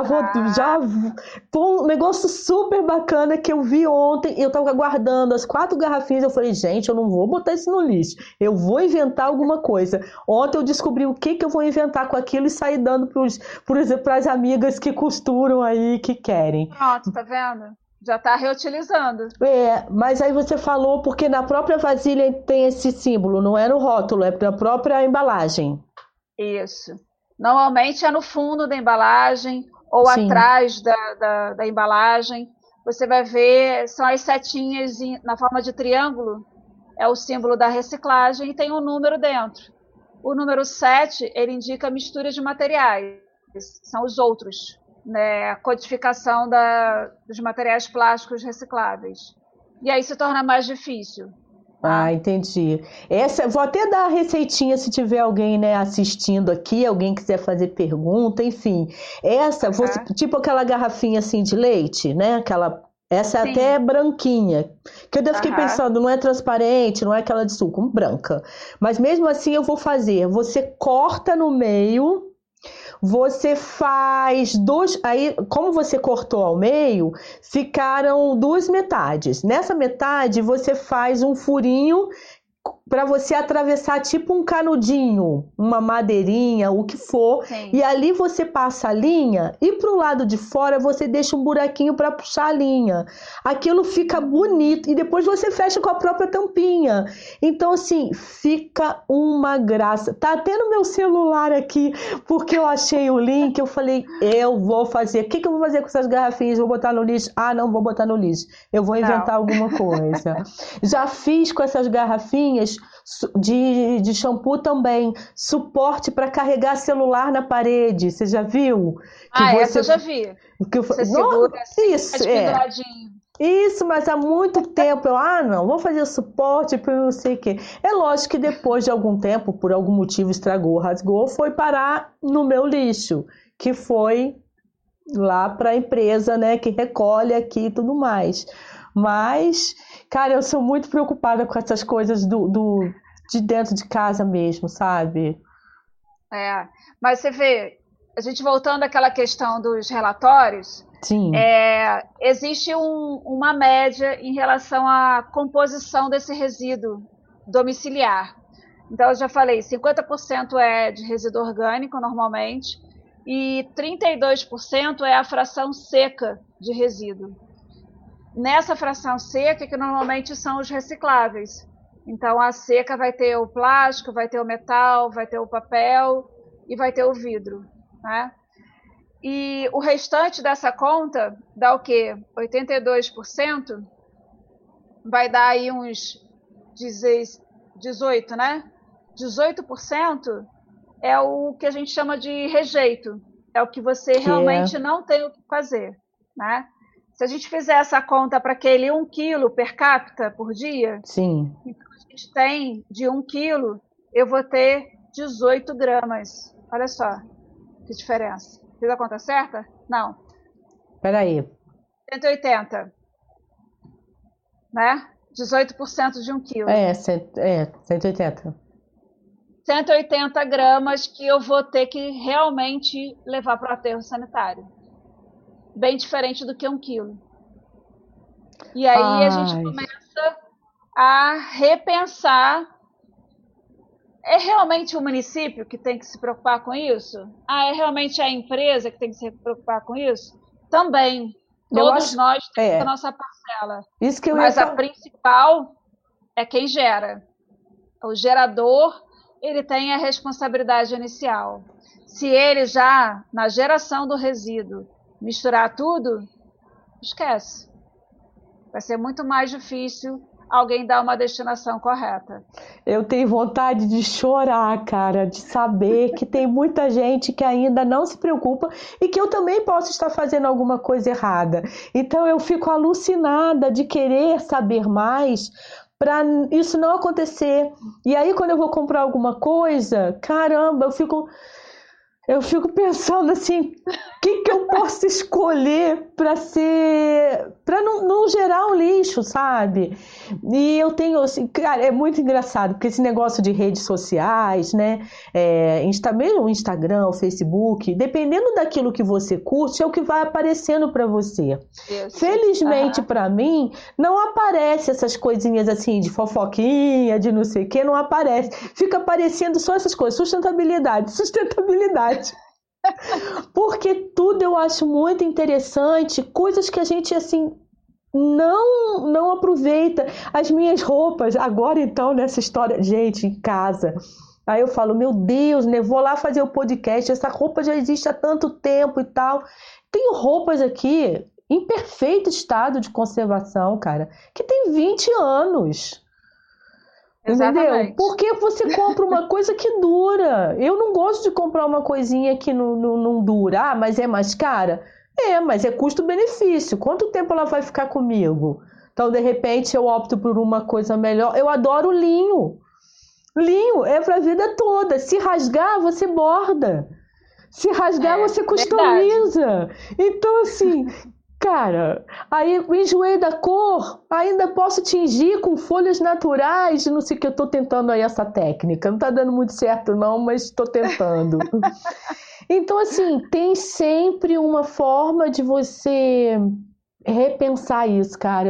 já foi um negócio super bacana que eu vi ontem. Eu tava guardando as 4 garrafinhas. Eu falei, gente, eu não vou botar isso no lixo. Eu vou inventar alguma coisa. Ontem eu descobri o que eu vou inventar com aquilo e sair dando para as amigas que costuram aí, que querem. pronto, tá vendo? Já está reutilizando. É, mas aí você falou porque na própria vasilha tem esse símbolo, não é no rótulo, é na própria embalagem. Isso. Normalmente é no fundo da embalagem ou Sim, atrás da embalagem. Você vai ver, são as setinhas na forma de triângulo, é o símbolo da reciclagem e tem um número dentro. O número 7 ele indica a mistura de materiais, são os outros, né? A codificação dos materiais plásticos recicláveis. E aí se torna mais difícil, ah, tá? entendi. Essa, vou até dar a receitinha se tiver alguém, né, assistindo aqui, alguém quiser fazer pergunta, enfim. Essa, você, Uhum. tipo aquela garrafinha assim de leite, né? Essa é até Sim. branquinha. Que eu fiquei Aham. pensando, não é transparente, não é aquela de suco, branca. Mas mesmo assim eu vou fazer. Você corta no meio. Você faz dois. Aí, como você cortou ao meio, ficaram 2 metades. Nessa metade, você faz um furinho para você atravessar tipo um canudinho, uma madeirinha, o que for, e Sim. ali você passa a linha e pro lado de fora você deixa um buraquinho para puxar a linha. Aquilo fica bonito e depois você fecha com a própria tampinha. Então assim, fica uma graça. Tá até no meu celular aqui, porque eu achei o link, eu falei, eu vou fazer. O que eu vou fazer com essas garrafinhas? Vou botar no lixo? Ah, não vou botar no lixo. Eu vou inventar Não. alguma coisa. Já fiz com essas garrafinhas de shampoo também, suporte para carregar celular na parede. Você já viu? Que Ah, essa você. eu já vi. Que eu, Você não, segura assim, fica isso, de é. penduradinho. Isso, mas há muito tempo não, vou fazer suporte para não sei o quê. É lógico que depois de algum tempo, por algum motivo estragou, rasgou, foi parar no meu lixo, que foi lá para a empresa, né, que recolhe aqui e tudo mais. Mas, cara, eu sou muito preocupada com essas coisas de dentro de casa mesmo, sabe? É. Mas você vê, a gente voltando àquela questão dos relatórios, Sim, existe uma média em relação à composição desse resíduo domiciliar. Então, eu já falei, 50% é de resíduo orgânico, normalmente, e 32% é a fração seca de resíduo. Nessa fração seca, que normalmente são os recicláveis. Então, a seca vai ter o plástico, vai ter o metal, vai ter o papel e vai ter o vidro, né? E o restante dessa conta dá o quê? 82% vai dar aí uns 18, né? 18% é o que a gente chama de rejeito. É o que você que é, realmente não tem o que fazer, né? Se a gente fizer essa conta para aquele 1 quilo per capita por dia, sim. então a gente tem de 1 quilo, eu vou ter 18 gramas. Olha só que diferença. Fiz a conta certa? Não. Peraí. 180, né? 18% de 1 quilo. 180. 180 gramas que eu vou ter que realmente levar para o aterro sanitário. Bem diferente do que 1 quilo. E aí a gente Ai, começa a repensar É realmente o município que tem que se preocupar com isso? É realmente a empresa que tem que se preocupar com isso? Também. Eu Todos acho, nós temos a é, nossa parcela. isso que eu ia Mas a falar. principal é quem gera. O gerador, ele tem a responsabilidade inicial. Se ele já, na geração do resíduo, misturar tudo, esquece. Vai ser muito mais difícil alguém dar uma destinação correta. Eu tenho vontade de chorar, cara, de saber que tem muita gente que ainda não se preocupa e que eu também posso estar fazendo alguma coisa errada. Então eu fico alucinada de querer saber mais para isso não acontecer. E aí quando eu vou comprar alguma coisa, caramba, eu fico pensando assim, o que eu posso escolher para não gerar um lixo, sabe? E eu tenho, assim, cara, é muito engraçado, porque esse negócio de redes sociais, né? Mesmo o Instagram, o Facebook, dependendo daquilo que você curte, é o que vai aparecendo para você. Isso. Felizmente para mim, não aparece essas coisinhas assim de fofoquinha, de não sei o que, não aparece. Fica aparecendo só essas coisas, sustentabilidade, sustentabilidade. Porque tudo eu acho muito interessante, coisas que a gente assim não aproveita. As minhas roupas, agora então nessa história, gente, em casa. Aí eu falo, meu Deus, né? Vou lá fazer o podcast, essa roupa já existe há tanto tempo e tal. Tenho roupas aqui em perfeito estado de conservação, cara, que tem 20 anos. Entendeu? Exatamente. Porque você compra uma coisa que dura. Eu não gosto de comprar uma coisinha que não dura. Ah, mas é mais cara? Mas é custo-benefício. Quanto tempo ela vai ficar comigo? Então, de repente, eu opto por uma coisa melhor. Eu adoro linho. Linho é para a vida toda. Se rasgar, você borda. Se rasgar, É você verdade. customiza. Então, assim, cara, aí eu enjoei da cor, ainda posso tingir com folhas naturais, não sei o que eu tô tentando aí essa técnica. Não tá dando muito certo não, mas estou tentando. Então, assim, tem sempre uma forma de você repensar isso, cara.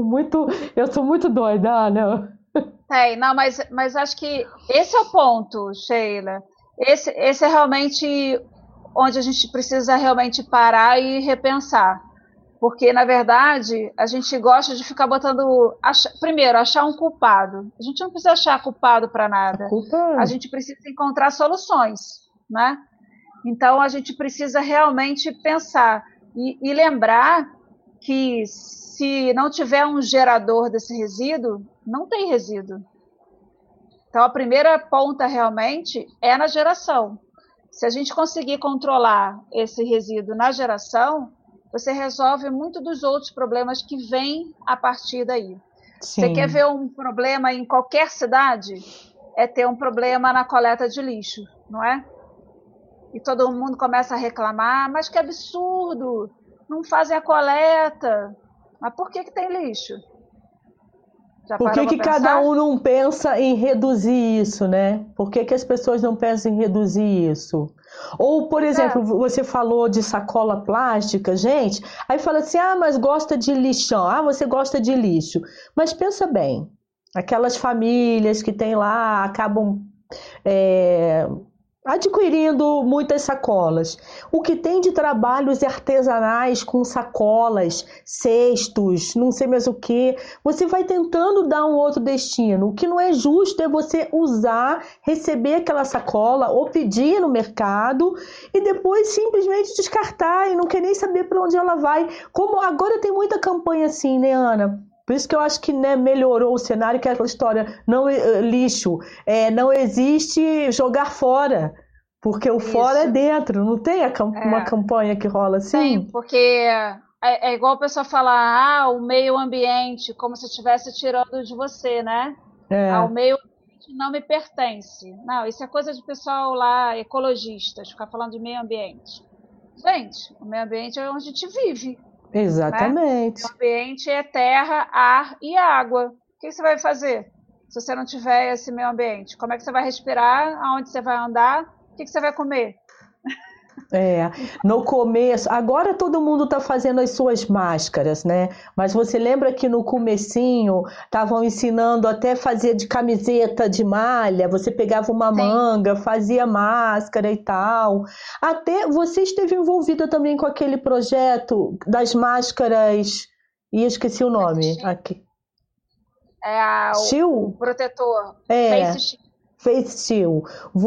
Eu sou muito doida, né? Tem, não, mas acho que esse é o ponto, Sheila. Esse é realmente onde a gente precisa realmente parar e repensar. Porque, na verdade, a gente gosta de ficar botando. Primeiro, achar um culpado. A gente não precisa achar culpado para A nada. A culpa gente precisa encontrar soluções, né? Então, a gente precisa realmente pensar e lembrar que se não tiver um gerador desse resíduo, não tem resíduo. Então, a primeira ponta realmente é na geração. Se a gente conseguir controlar esse resíduo na geração, você resolve muito dos outros problemas que vêm a partir daí. Você quer sim. ver um problema em qualquer cidade? É ter um problema na coleta de lixo, não é? E todo mundo começa a reclamar, mas que absurdo, não fazem a coleta. Mas por que tem lixo? Já Por parou que para que cada pensar? um não pensa em reduzir isso, né? Por que que as pessoas não pensam em reduzir isso? Ou, por Pois é, exemplo, você falou de sacola plástica, gente, aí fala assim: ah, mas gosta de lixão, ah, você gosta de lixo. Mas pensa bem, aquelas famílias que tem lá acabam é, adquirindo muitas sacolas. O que tem de trabalhos artesanais com sacolas, cestos, não sei mais o que, você vai tentando dar um outro destino. O que não é justo é você usar, receber aquela sacola ou pedir no mercado e depois simplesmente descartar e não quer nem saber para onde ela vai. Como agora tem muita campanha assim, né, Ana? Por isso que eu acho que, né, melhorou o cenário, que é aquela história, não lixo, não existe jogar fora, porque o fora é isso. dentro, não tem uma É, campanha que rola tem, assim? porque é igual a pessoa falar, o meio ambiente, como se estivesse tirando de você, né? O É, meio ambiente não me pertence. Não, isso é coisa de pessoal lá, ecologistas, ficar falando de meio ambiente. Gente, o meio ambiente é onde a gente vive, né? O meio exatamente. ambiente é terra, ar e água. O que você vai fazer se você não tiver esse meio ambiente? Como é que você vai respirar? Aonde você vai andar? O que você vai comer? É, no começo, agora todo mundo está fazendo as suas máscaras, né? Mas você lembra que no comecinho estavam ensinando até fazer de camiseta de malha, você pegava uma Sim, manga, fazia máscara e tal. Até você esteve envolvida também com aquele projeto das máscaras, e eu esqueci o nome. Face Aqui. o Shield? protetor, Face É, Shield, Faith Shield.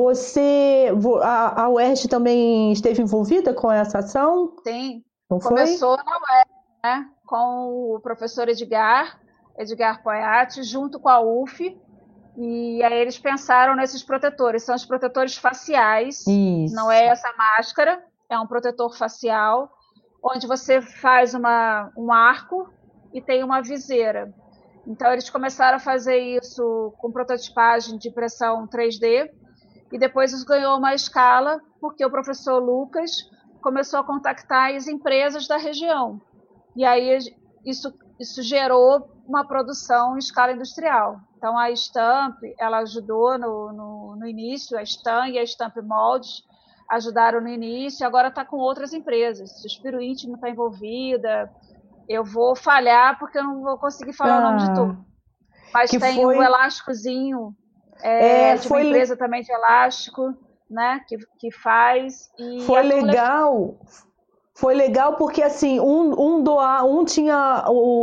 A UERJ também esteve envolvida com essa ação? sim. Não foi? Começou na web, né, com o professor Edgar Poiati, junto com a UF, e aí eles pensaram nesses protetores. São os protetores faciais, não é Isso. essa máscara, é um protetor facial, onde você faz um arco e tem uma viseira. Então eles começaram a fazer isso com prototipagem de impressão 3D e depois isso ganhou uma escala porque o professor Lucas começou a contactar as empresas da região. E aí isso gerou uma produção em escala industrial. Então a Stamp, ela ajudou no início, a Stam e a Stamp Moldes ajudaram no início, agora está com outras empresas. O Suspiro Íntimo está envolvida. Eu vou falhar porque eu não vou conseguir falar o nome de Ah, tudo. Mas que tem o foi, elásticozinho de uma foi, empresa também de elástico, né, que faz. E foi a Tule legal. Foi legal porque assim, um tinha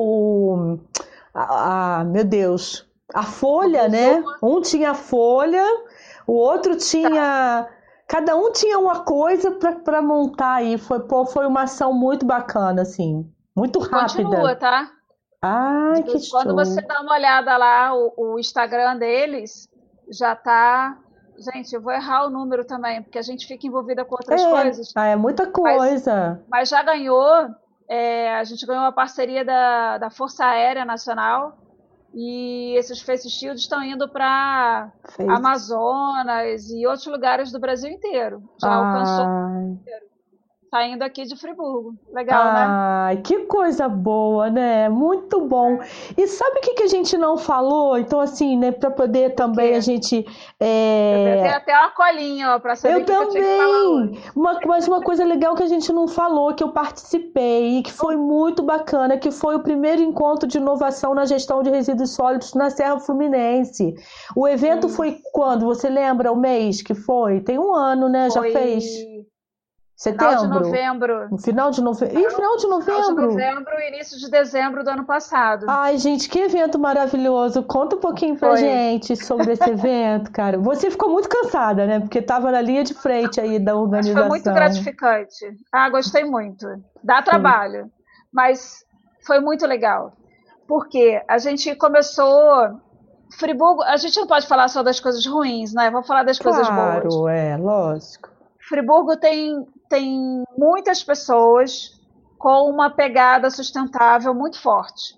meu Deus, a o folha, Bizu, né? Um tinha a folha, o outro tinha, cada um tinha uma coisa para montar aí. Foi uma ação muito bacana, assim, muito e continua, rápida. tá? De Ai, que vez em quando você show. dá uma olhada lá, o Instagram deles já tá. Gente, eu vou errar o número também, porque a gente fica envolvida com outras coisas, É muita mas, coisa. mas já ganhou. A gente ganhou a parceria da Força Aérea Nacional e esses Face Shields estão indo para Fez. Amazonas e outros lugares do Brasil inteiro. Já alcançou, Ai. saindo aqui de Friburgo. Legal, né? Ai, que coisa boa, né? Muito bom. E sabe o que que a gente não falou? Então, assim, né, para poder O também a quê? gente. Eu tenho até uma colinha, ó, para saber Eu o que eu tinha que falar também! hoje. Mas uma coisa legal que a gente não falou, que eu participei e que foi muito bacana, que foi o primeiro encontro de inovação na gestão de resíduos sólidos na Serra Fluminense. O evento foi Isso. quando? Você lembra o mês que foi? Tem um ano, né? Já fez? Foi final de Setembro? novembro. No final de novembro? Ih, final de Final de novembro! novembro e início de dezembro do ano passado. Ai, gente, que evento maravilhoso. Conta um pouquinho pra Foi. gente sobre esse evento, cara. Você ficou muito cansada, né? Porque tava na linha de frente aí da Mas foi muito organização. gratificante. Ah, gostei muito. Dá Foi. trabalho, mas foi muito legal. Porque a gente começou. Friburgo, a gente não pode falar só das coisas ruins, né? Vamos falar das coisas boas. Claro, lógico. Friburgo tem muitas pessoas com uma pegada sustentável muito forte.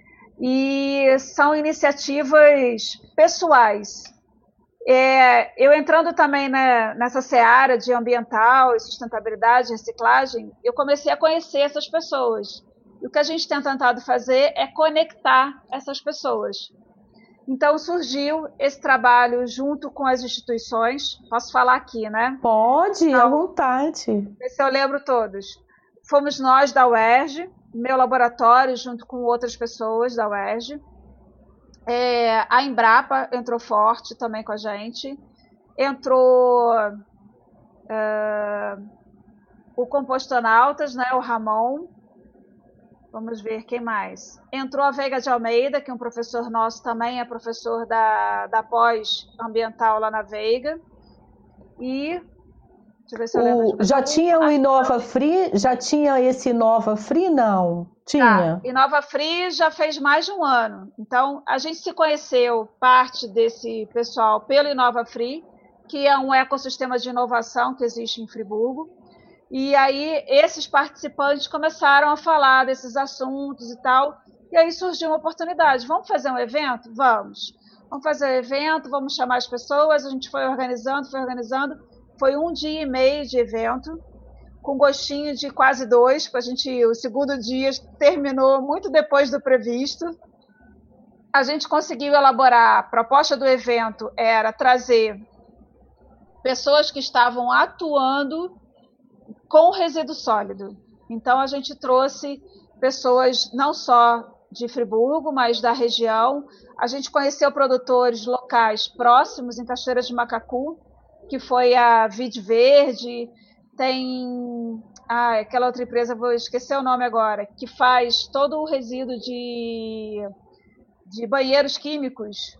E são iniciativas pessoais. Eu entrando também nessa seara de ambiental e sustentabilidade, reciclagem, eu comecei a conhecer essas pessoas. E o que a gente tem tentado fazer é conectar essas pessoas. Então surgiu esse trabalho junto com as instituições, posso falar aqui, né? Pode, à Então, vontade. ver se eu lembro todos. Fomos nós da UERJ, meu laboratório, junto com outras pessoas da UERJ. A Embrapa entrou forte também com a gente. Entrou o Compostonautas, né, o Ramon. Vamos ver quem mais. Entrou a Veiga de Almeida, que é um professor nosso também, é professor da pós-ambiental lá na Veiga. E, deixa eu ver se eu lembro de mais Já algum. tinha o Inova Free? Já tinha esse Inova Free? Não. Tá, Tinha. Inova Free já fez mais de um ano. Então, a gente se conheceu, parte desse pessoal, pelo Inova Free, que é um ecossistema de inovação que existe em Friburgo. E aí, esses participantes começaram a falar desses assuntos e tal. E aí surgiu uma oportunidade. Vamos fazer um evento? Vamos. Vamos fazer um evento, vamos chamar as pessoas. A gente foi organizando, foi organizando. Foi 1 dia e meio de evento, com gostinho de quase 2, porque o segundo dia terminou muito depois do previsto. A gente conseguiu elaborar, a proposta do evento era trazer pessoas que estavam atuando com resíduo sólido. Então, a gente trouxe pessoas não só de Friburgo, mas da região. A gente conheceu produtores locais próximos, em Cachoeira de Macacu, que foi a Vide Verde. Tem aquela outra empresa, vou esquecer o nome agora, que faz todo o resíduo de banheiros químicos.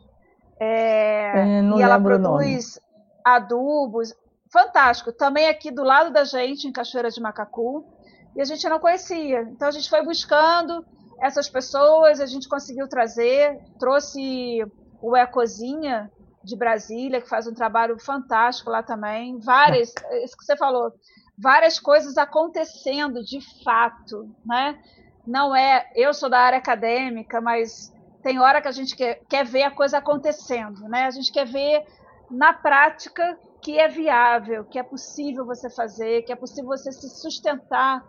Não E ela lembro o nome. produz adubos. Fantástico. Também aqui do lado da gente, em Cachoeira de Macacu. E a gente não conhecia. Então a gente foi buscando essas pessoas, a gente conseguiu trazer, trouxe o Ecozinha de Brasília, que faz um trabalho fantástico lá também. Várias, isso que você falou, várias coisas acontecendo de fato, né? Não é, eu sou da área acadêmica, mas tem hora que a gente quer ver a coisa acontecendo, né? A gente quer ver na prática que é viável, que é possível você fazer, que é possível você se sustentar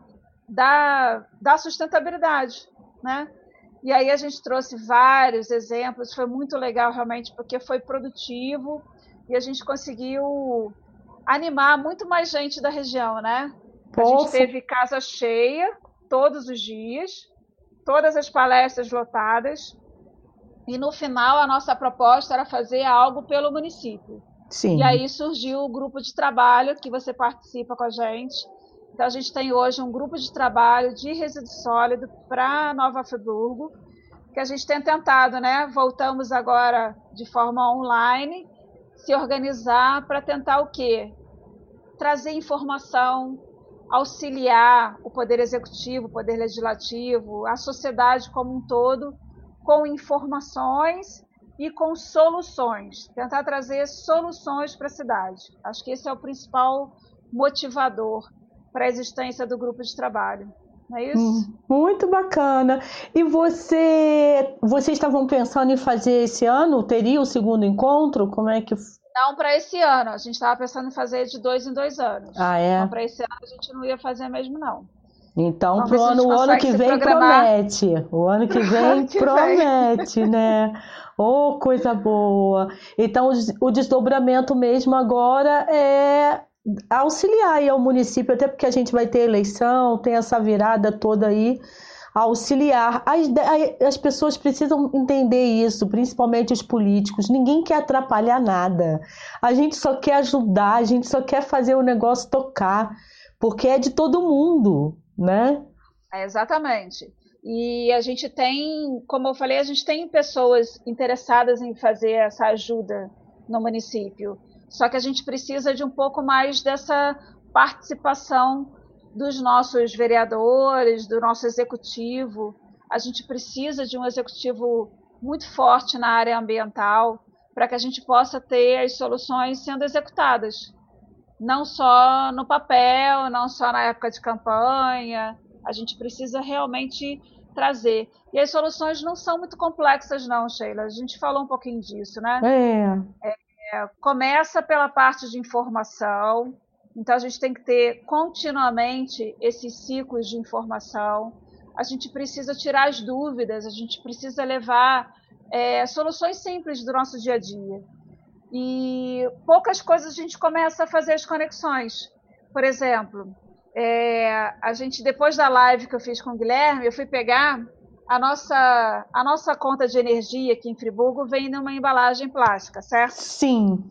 da sustentabilidade, né? E aí a gente trouxe vários exemplos, foi muito legal realmente, porque foi produtivo e a gente conseguiu animar muito mais gente da região, né? A gente teve casa cheia todos os dias, todas as palestras lotadas, e no final a nossa proposta era fazer algo pelo município. Sim. E aí surgiu o grupo de trabalho que você participa com a gente. Então, a gente tem hoje um grupo de trabalho de resíduo sólido para Nova Friburgo, que a gente tem tentado, né? Voltamos agora de forma online, se organizar para tentar o quê? Trazer informação, auxiliar o Poder Executivo, o Poder Legislativo, a sociedade como um todo, com informações e com soluções. Tentar trazer soluções para a cidade. Acho que esse é o principal motivador para a existência do grupo de trabalho. Não é isso? Muito bacana. E vocês estavam pensando em fazer esse ano? Teria o segundo encontro? Como é que... Não para esse ano. A gente estava pensando em fazer de 2 em 2 anos. Então, para esse ano a gente não ia fazer mesmo, não. Então, o ano que vem promete. O ano que vem promete, né? Oh, coisa boa. Então, o desdobramento mesmo agora é auxiliar aí ao município, até porque a gente vai ter eleição, tem essa virada toda aí, auxiliar. As pessoas precisam entender isso, principalmente os políticos. Ninguém quer atrapalhar nada. A gente só quer ajudar, a gente só quer fazer o negócio tocar, porque é de todo mundo, né? Exatamente. E a gente tem, como eu falei, a gente tem pessoas interessadas em fazer essa ajuda no município. Só que a gente precisa de um pouco mais dessa participação dos nossos vereadores, do nosso executivo. A gente precisa de um executivo muito forte na área ambiental para que a gente possa ter as soluções sendo executadas. Não só no papel, não só na época de campanha. A gente precisa realmente trazer. E as soluções não são muito complexas não, Sheila. A gente falou um pouquinho disso, né? Começa pela parte de informação. Então, a gente tem que ter continuamente esses ciclos de informação. A gente precisa tirar as dúvidas, a gente precisa levar soluções simples do nosso dia a dia. E poucas coisas a gente começa a fazer as conexões. Por exemplo, a gente, depois da live que eu fiz com o Guilherme, eu fui pegar a nossa conta de energia aqui em Friburgo vem numa embalagem plástica, certo? Sim.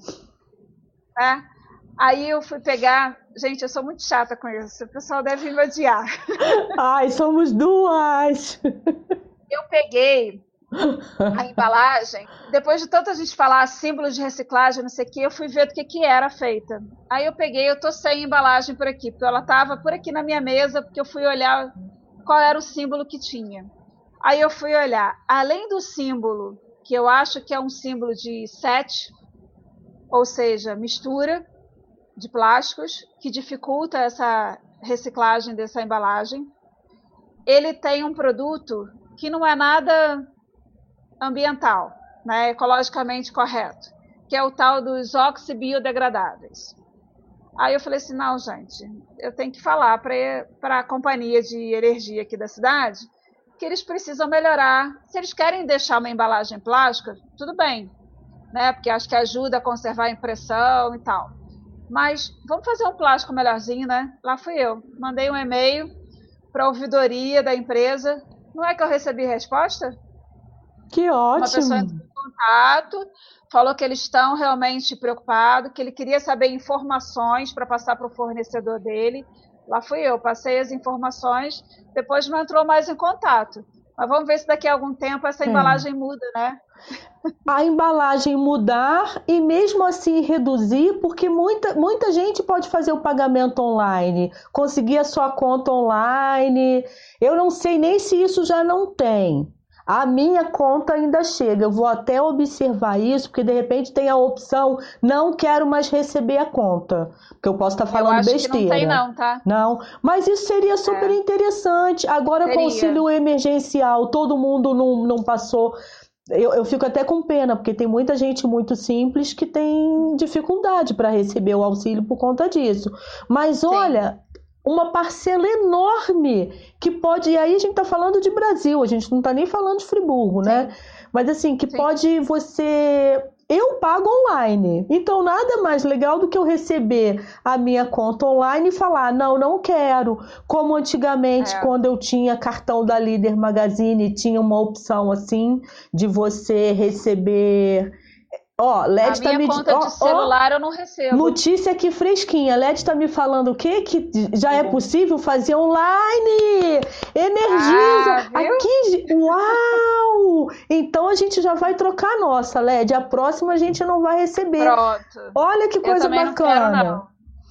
Aí eu fui pegar... Gente, eu sou muito chata com isso. O pessoal deve me odiar. Ai, somos duas! Eu peguei a embalagem. Depois de tanta gente falar símbolo de reciclagem, não sei o que, eu fui ver do que era feita. Aí eu peguei, eu tô sem embalagem por aqui, porque ela tava por aqui na minha mesa, porque eu fui olhar qual era o símbolo que tinha. Aí eu fui olhar, além do símbolo, que eu acho que é um símbolo de SET, ou seja, mistura de plásticos, que dificulta essa reciclagem dessa embalagem, ele tem um produto que não é nada ambiental, né, ecologicamente correto, que é o tal dos oxibiodegradáveis. Aí eu falei assim, não, gente, eu tenho que falar para a companhia de energia aqui da cidade que eles precisam melhorar. Se eles querem deixar uma embalagem plástica, tudo bem, né, porque acho que ajuda a conservar a impressão e tal. Mas vamos fazer um plástico melhorzinho, né? Lá fui eu. Mandei um e-mail para a ouvidoria da empresa. Não é que eu recebi resposta? Que Uma pessoa ótimo! entrou em contato, falou que eles estão realmente preocupados, que ele queria saber informações para passar para o fornecedor dele. Lá fui eu, passei as informações, depois não entrou mais em contato. Mas vamos ver se daqui a algum tempo essa É. embalagem muda, né? A embalagem mudar e mesmo assim reduzir, porque muita gente pode fazer o pagamento online, conseguir a sua conta online. Eu não sei nem se isso já não tem. A minha conta ainda chega. Eu vou até observar isso, porque de repente tem a opção não quero mais receber a conta, porque eu posso estar Eu falando acho que não tem besteira. não, tá? Não, mas isso seria super É, interessante. Agora, com seria. auxílio emergencial, todo mundo não passou. Eu fico até com pena, porque tem muita gente muito simples que tem dificuldade para receber o auxílio por conta disso. Mas Sim, olha, uma parcela enorme que pode. E aí a gente está falando de Brasil, a gente não está nem falando de Friburgo, né? sim, Mas assim, que sim. pode você. Eu pago online. Então, nada mais legal do que eu receber a minha conta online e falar: não, não quero. Como antigamente, É. quando eu tinha cartão da Líder Magazine, tinha uma opção assim de você receber. Ó, A LED tá minha me. conta de Ó, celular eu não recebo. notícia aqui fresquinha. LED tá me falando o quê? Que já é possível fazer online! Energisa! Ah, viu? Aqui. Uau! Então a gente já vai trocar a nossa, LED. A próxima a gente não vai receber. Pronto. Olha que Eu coisa também não quero, bacana. não.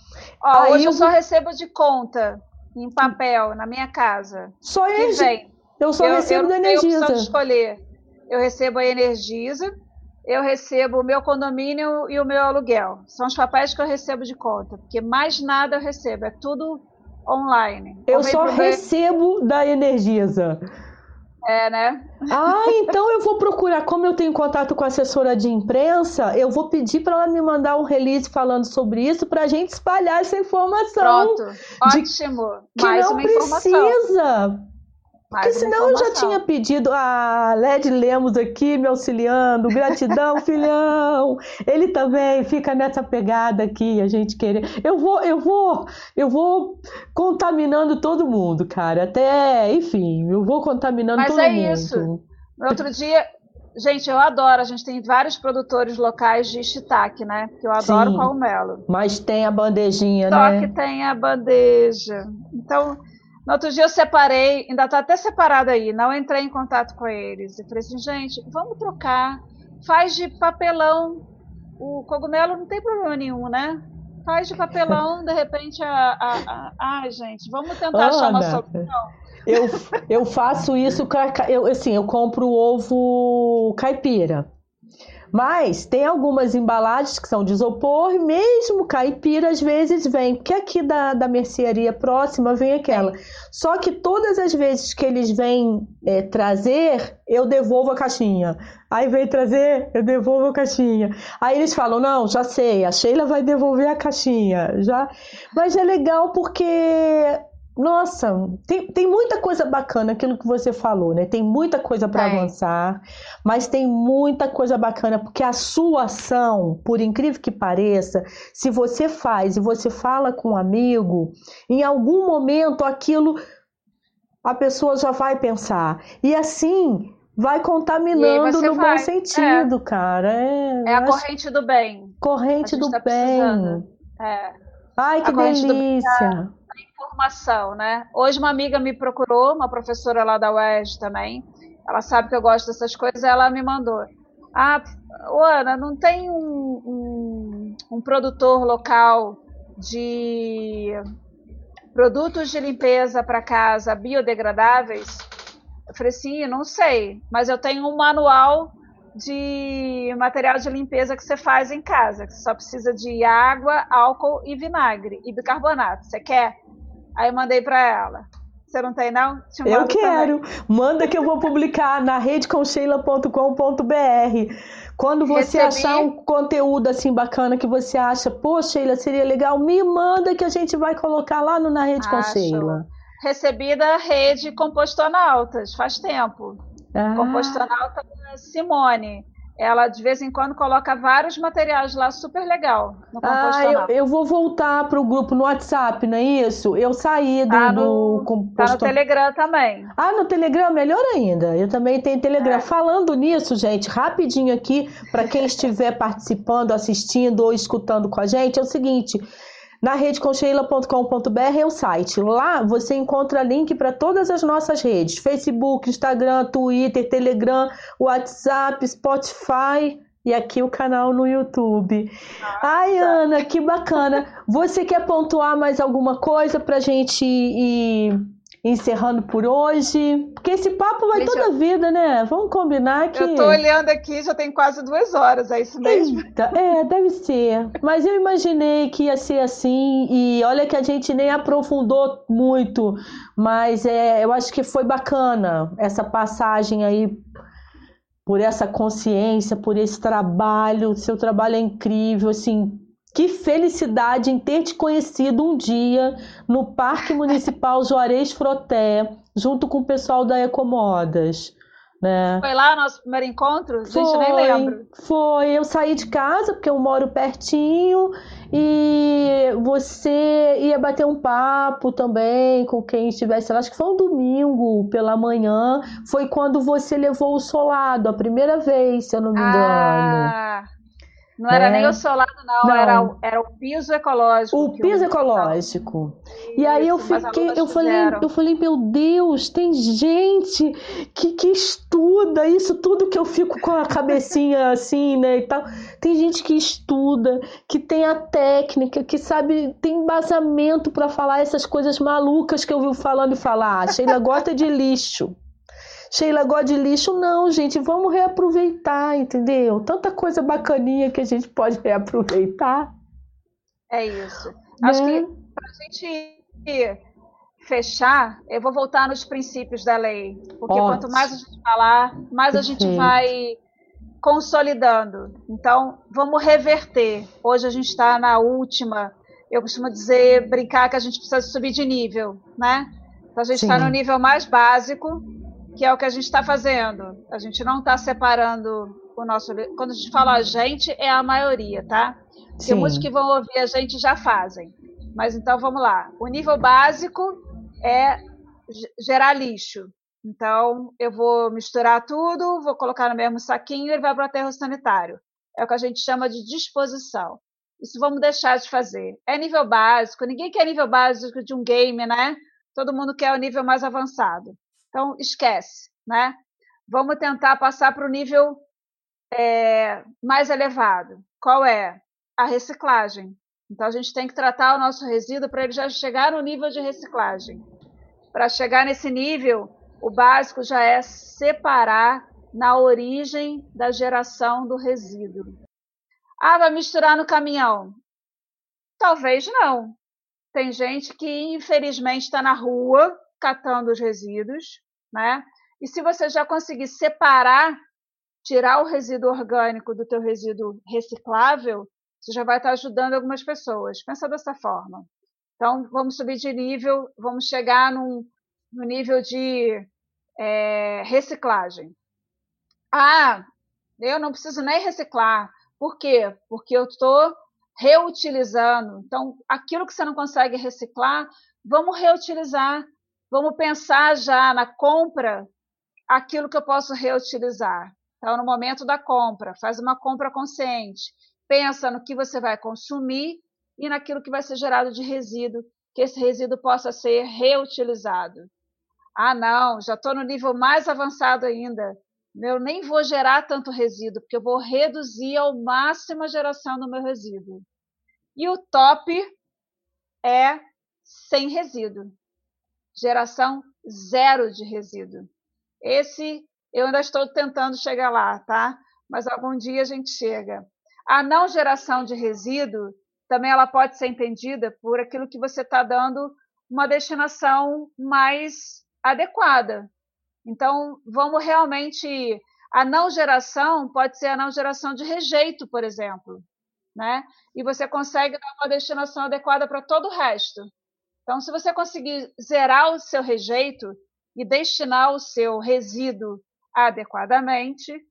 Ó, Aí hoje eu eu só vou. recebo de conta, em papel, na minha casa. Só Que energia. vem. Eu só Eu recebo não da tenho opção de Energisa. escolher. Eu recebo a Energisa, eu recebo o meu condomínio e o meu aluguel. São os papéis que eu recebo de conta, porque mais nada eu recebo, é tudo online. Ou Eu vem só pro meu. recebo da Energisa. É, né? Ah, então eu vou procurar. Como eu tenho contato com a assessora de imprensa, eu vou pedir para ela me mandar um release falando sobre isso para a gente espalhar essa informação Pronto. de Ótimo. que Mais não uma informação. precisa. Porque Mais uma senão eu já tinha informação. pedido a Led Lemos aqui me auxiliando. Gratidão, filhão. Ele também fica nessa pegada aqui, a gente querer. Eu vou contaminando todo mundo, cara. Até, enfim, eu vou contaminando Mas todo é isso. mundo. No outro dia, gente, eu adoro. A gente tem vários produtores locais de shiitake, né? Que eu adoro Sim, cogumelo. mas tem a bandejinha, Só que né? tem a bandeja. Então, no outro dia eu separei, ainda está até separado aí, não entrei em contato com eles. Eu falei assim, gente, vamos trocar. Faz de papelão. O cogumelo não tem problema nenhum, né? Faz de papelão, de repente Ai, gente, vamos tentar achar uma Ana, solução. eu, eu faço isso, assim, eu compro ovo caipira. Mas tem algumas embalagens que são de isopor, e mesmo caipira às vezes vem, porque aqui da mercearia próxima vem aquela. Sim. Só que todas as vezes que eles vêm trazer, eu devolvo a caixinha. Aí vem trazer, eu devolvo a caixinha. Aí eles falam, não, já sei, a Sheila vai devolver a caixinha. Já. Mas é legal porque nossa, tem muita coisa bacana, aquilo que você falou, né? Tem muita coisa para Tem. avançar, mas tem muita coisa bacana, porque a sua ação, por incrível que pareça, se você faz e você fala com um amigo, em algum momento aquilo a pessoa já vai pensar. E assim vai E aí contaminando você no bom faz. É, sentido, cara. é Eu a acho corrente do bem. A corrente gente do está precisando. bem. É, Ai, a que corrente do bem delícia. informação, né? Hoje uma amiga me procurou, uma professora lá da UERJ também. Ela sabe que eu gosto dessas coisas, ela me mandou. Ah, ô, Ana, não tem um produtor local de produtos de limpeza para casa biodegradáveis? Eu falei assim, não sei, mas eu tenho um manual de material de limpeza que você faz em casa, que você só precisa de água, álcool e vinagre e bicarbonato. Você quer? Aí eu mandei para ela. Você não tem, não? Te Eu mando quero. também. Manda que eu vou publicar na redeconsheila.com.br. Quando você Recebi, achar um conteúdo assim bacana que você acha, pô, Sheila, seria legal, me manda que a gente vai colocar lá no Na Rede com acho. Sheila. Recebi da rede Compostonautas, faz tempo. Ah, Compostonauta Simone. ela de vez em quando coloca vários materiais lá, super legal, no Compostanal. Eu vou voltar para o grupo no WhatsApp, não é isso? Eu saí Tá do tá no composto. Telegram também. Ah, no Telegram, melhor ainda. Eu também tenho Telegram. É. Falando nisso, gente, rapidinho aqui, para quem estiver participando, assistindo ou escutando com a gente, é o seguinte: na redeconcheila.com.br é o site. Lá você encontra link para todas as nossas redes: Facebook, Instagram, Twitter, Telegram, WhatsApp, Spotify. E aqui o canal no YouTube. Ai, Nossa. Ana, que bacana. Você quer pontuar mais alguma coisa para a gente ir encerrando por hoje? Porque esse papo vai Gente, toda a vida, né? Vamos combinar que. eu tô olhando aqui, já tem quase 2 horas, é isso mesmo? Eita, deve ser. Mas eu imaginei que ia ser assim, e olha que a gente nem aprofundou muito, mas eu acho que foi bacana essa passagem aí por essa consciência, por esse trabalho. Seu trabalho é incrível, assim. Que felicidade em ter te conhecido um dia no Parque Municipal Juarez Froté, junto com o pessoal da Ecomodas, né? Foi lá o nosso primeiro encontro? Gente, eu nem Foi, lembro. foi. Eu saí de casa porque eu moro pertinho e você ia bater um papo também com quem estivesse lá. Acho que foi um domingo pela manhã. Foi quando você levou o solado a primeira vez, se eu não me engano, Ah, não era nem o né? solado, não, Não, era o piso ecológico o que piso o. ecológico. E aí eu Isso, mas fiquei, alunas fizeram. eu falei, meu Deus, tem gente que estuda isso tudo que eu fico com a cabecinha assim, né, e tal. Tem gente que estuda, que tem a técnica, que sabe, tem embasamento para falar essas coisas malucas que eu vi falando e falar. Ah, Sheila gosta de lixo. Sheila gosta de lixo, não, gente, vamos reaproveitar, entendeu? Tanta coisa bacaninha que a gente pode reaproveitar, É isso. Acho que né? para a gente fechar, eu vou voltar nos princípios da lei, porque quanto mais a Ótimo, gente falar, mais a gente perfeito. vai consolidando. Então, vamos reverter. Hoje a gente está na última. Eu costumo dizer, brincar que a gente precisa subir de nível, né? Então, a gente está no Sim, nível mais básico, que é o que a gente está fazendo. A gente não está separando o nosso. Quando a gente fala a gente, é a maioria, tá? Porque muitos que sim, vão ouvir a gente já fazem. Mas então vamos lá. O nível básico é gerar lixo. Então, eu vou misturar tudo, vou colocar no mesmo saquinho e ele vai para o aterro sanitário. É o que a gente chama de disposição. Isso vamos deixar de fazer. É nível básico, ninguém quer nível básico de um game, né? Todo mundo quer o nível mais avançado. Então, esquece, né? Vamos tentar passar para o nível mais elevado. Qual é? A reciclagem. Então, a gente tem que tratar o nosso resíduo para ele já chegar no nível de reciclagem. Para chegar nesse nível, o básico já é separar na origem da geração do resíduo. Ah, vai misturar no caminhão? Talvez não. Tem gente que, infelizmente, está na rua catando os resíduos, né? E se você já conseguir separar, tirar o resíduo orgânico do teu resíduo reciclável, você já vai estar ajudando algumas pessoas. Pensa dessa forma. Então, vamos subir de nível, vamos chegar no nível de reciclagem. Ah, eu não preciso nem reciclar. Por quê? Porque eu estou reutilizando. Então, aquilo que você não consegue reciclar, vamos reutilizar. Vamos pensar já na compra aquilo que eu posso reutilizar. Então, no momento da compra, faz uma compra consciente. Pensa no que você vai consumir e naquilo que vai ser gerado de resíduo, que esse resíduo possa ser reutilizado. Ah, não, já estou no nível mais avançado ainda. Eu nem vou gerar tanto resíduo, porque eu vou reduzir ao máximo a geração do meu resíduo. E o top é sem resíduo. Geração zero de resíduo. Esse eu ainda estou tentando chegar lá, tá? Mas algum dia a gente chega. A não geração de resíduo também ela pode ser entendida por aquilo que você está dando uma destinação mais adequada. Então, vamos realmente. A não geração pode ser a não geração de rejeito, por exemplo, né? E você consegue dar uma destinação adequada para todo o resto. Então, se você conseguir zerar o seu rejeito e destinar o seu resíduo adequadamente,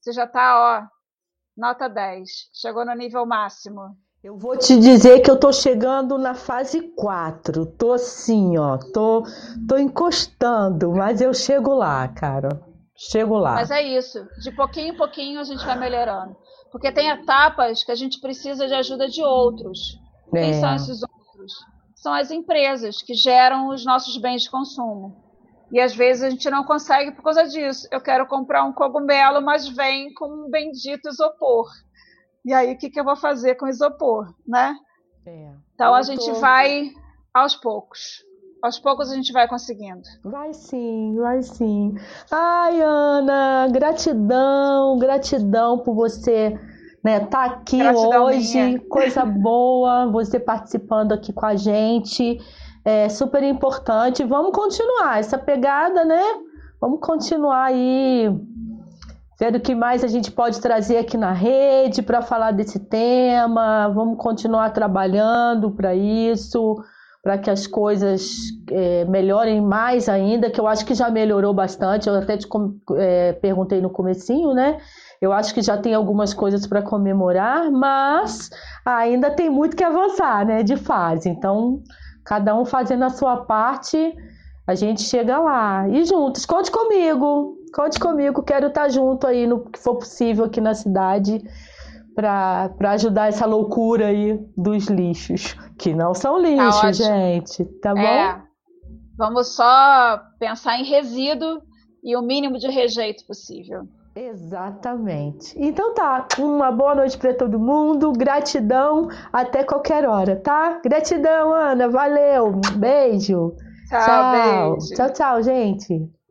Você já está, ó, nota 10. Chegou no nível máximo. Eu vou te dizer que eu tô chegando na fase 4. Tô assim, ó, tô encostando, mas eu chego lá, cara. Chego Mas lá. é isso, de pouquinho em pouquinho a gente vai melhorando. Porque tem etapas que a gente precisa de ajuda de outros. Quem são É, esses outros? São as empresas que geram os nossos bens de consumo. E às vezes a gente não consegue por causa disso. Eu quero comprar um cogumelo, mas vem com um bendito isopor. E aí, o que eu vou fazer com isopor, né? é. Então a Eu gente tô. vai aos poucos. Aos poucos a gente vai conseguindo. Vai sim, vai sim. Ai, Ana, gratidão, gratidão por você, né, tá aqui Gratidão hoje. minha. Coisa boa, você participando aqui com a gente. É super importante. Vamos continuar essa pegada, né? Vamos continuar aí, vendo o que mais a gente pode trazer aqui na rede para falar desse tema. Vamos continuar trabalhando para isso, para que as coisas melhorem mais ainda, que eu acho que já melhorou bastante. Eu até perguntei no comecinho, né? Eu acho que já tem algumas coisas para comemorar, mas ainda tem muito que avançar, né? De fase. Então, cada um fazendo a sua parte, a gente chega lá. E juntos, conte comigo. Conte comigo, quero estar junto aí no que for possível aqui na cidade para ajudar essa loucura aí dos lixos, que não são Tá lixos, ótimo. gente, tá bom? É, vamos só pensar em resíduo e o mínimo de rejeito possível. Exatamente. Então tá, uma boa noite para todo mundo, gratidão, até qualquer hora, tá? Gratidão, Ana, valeu, beijo, Tchau, tchau, beijo. tchau, tchau, gente.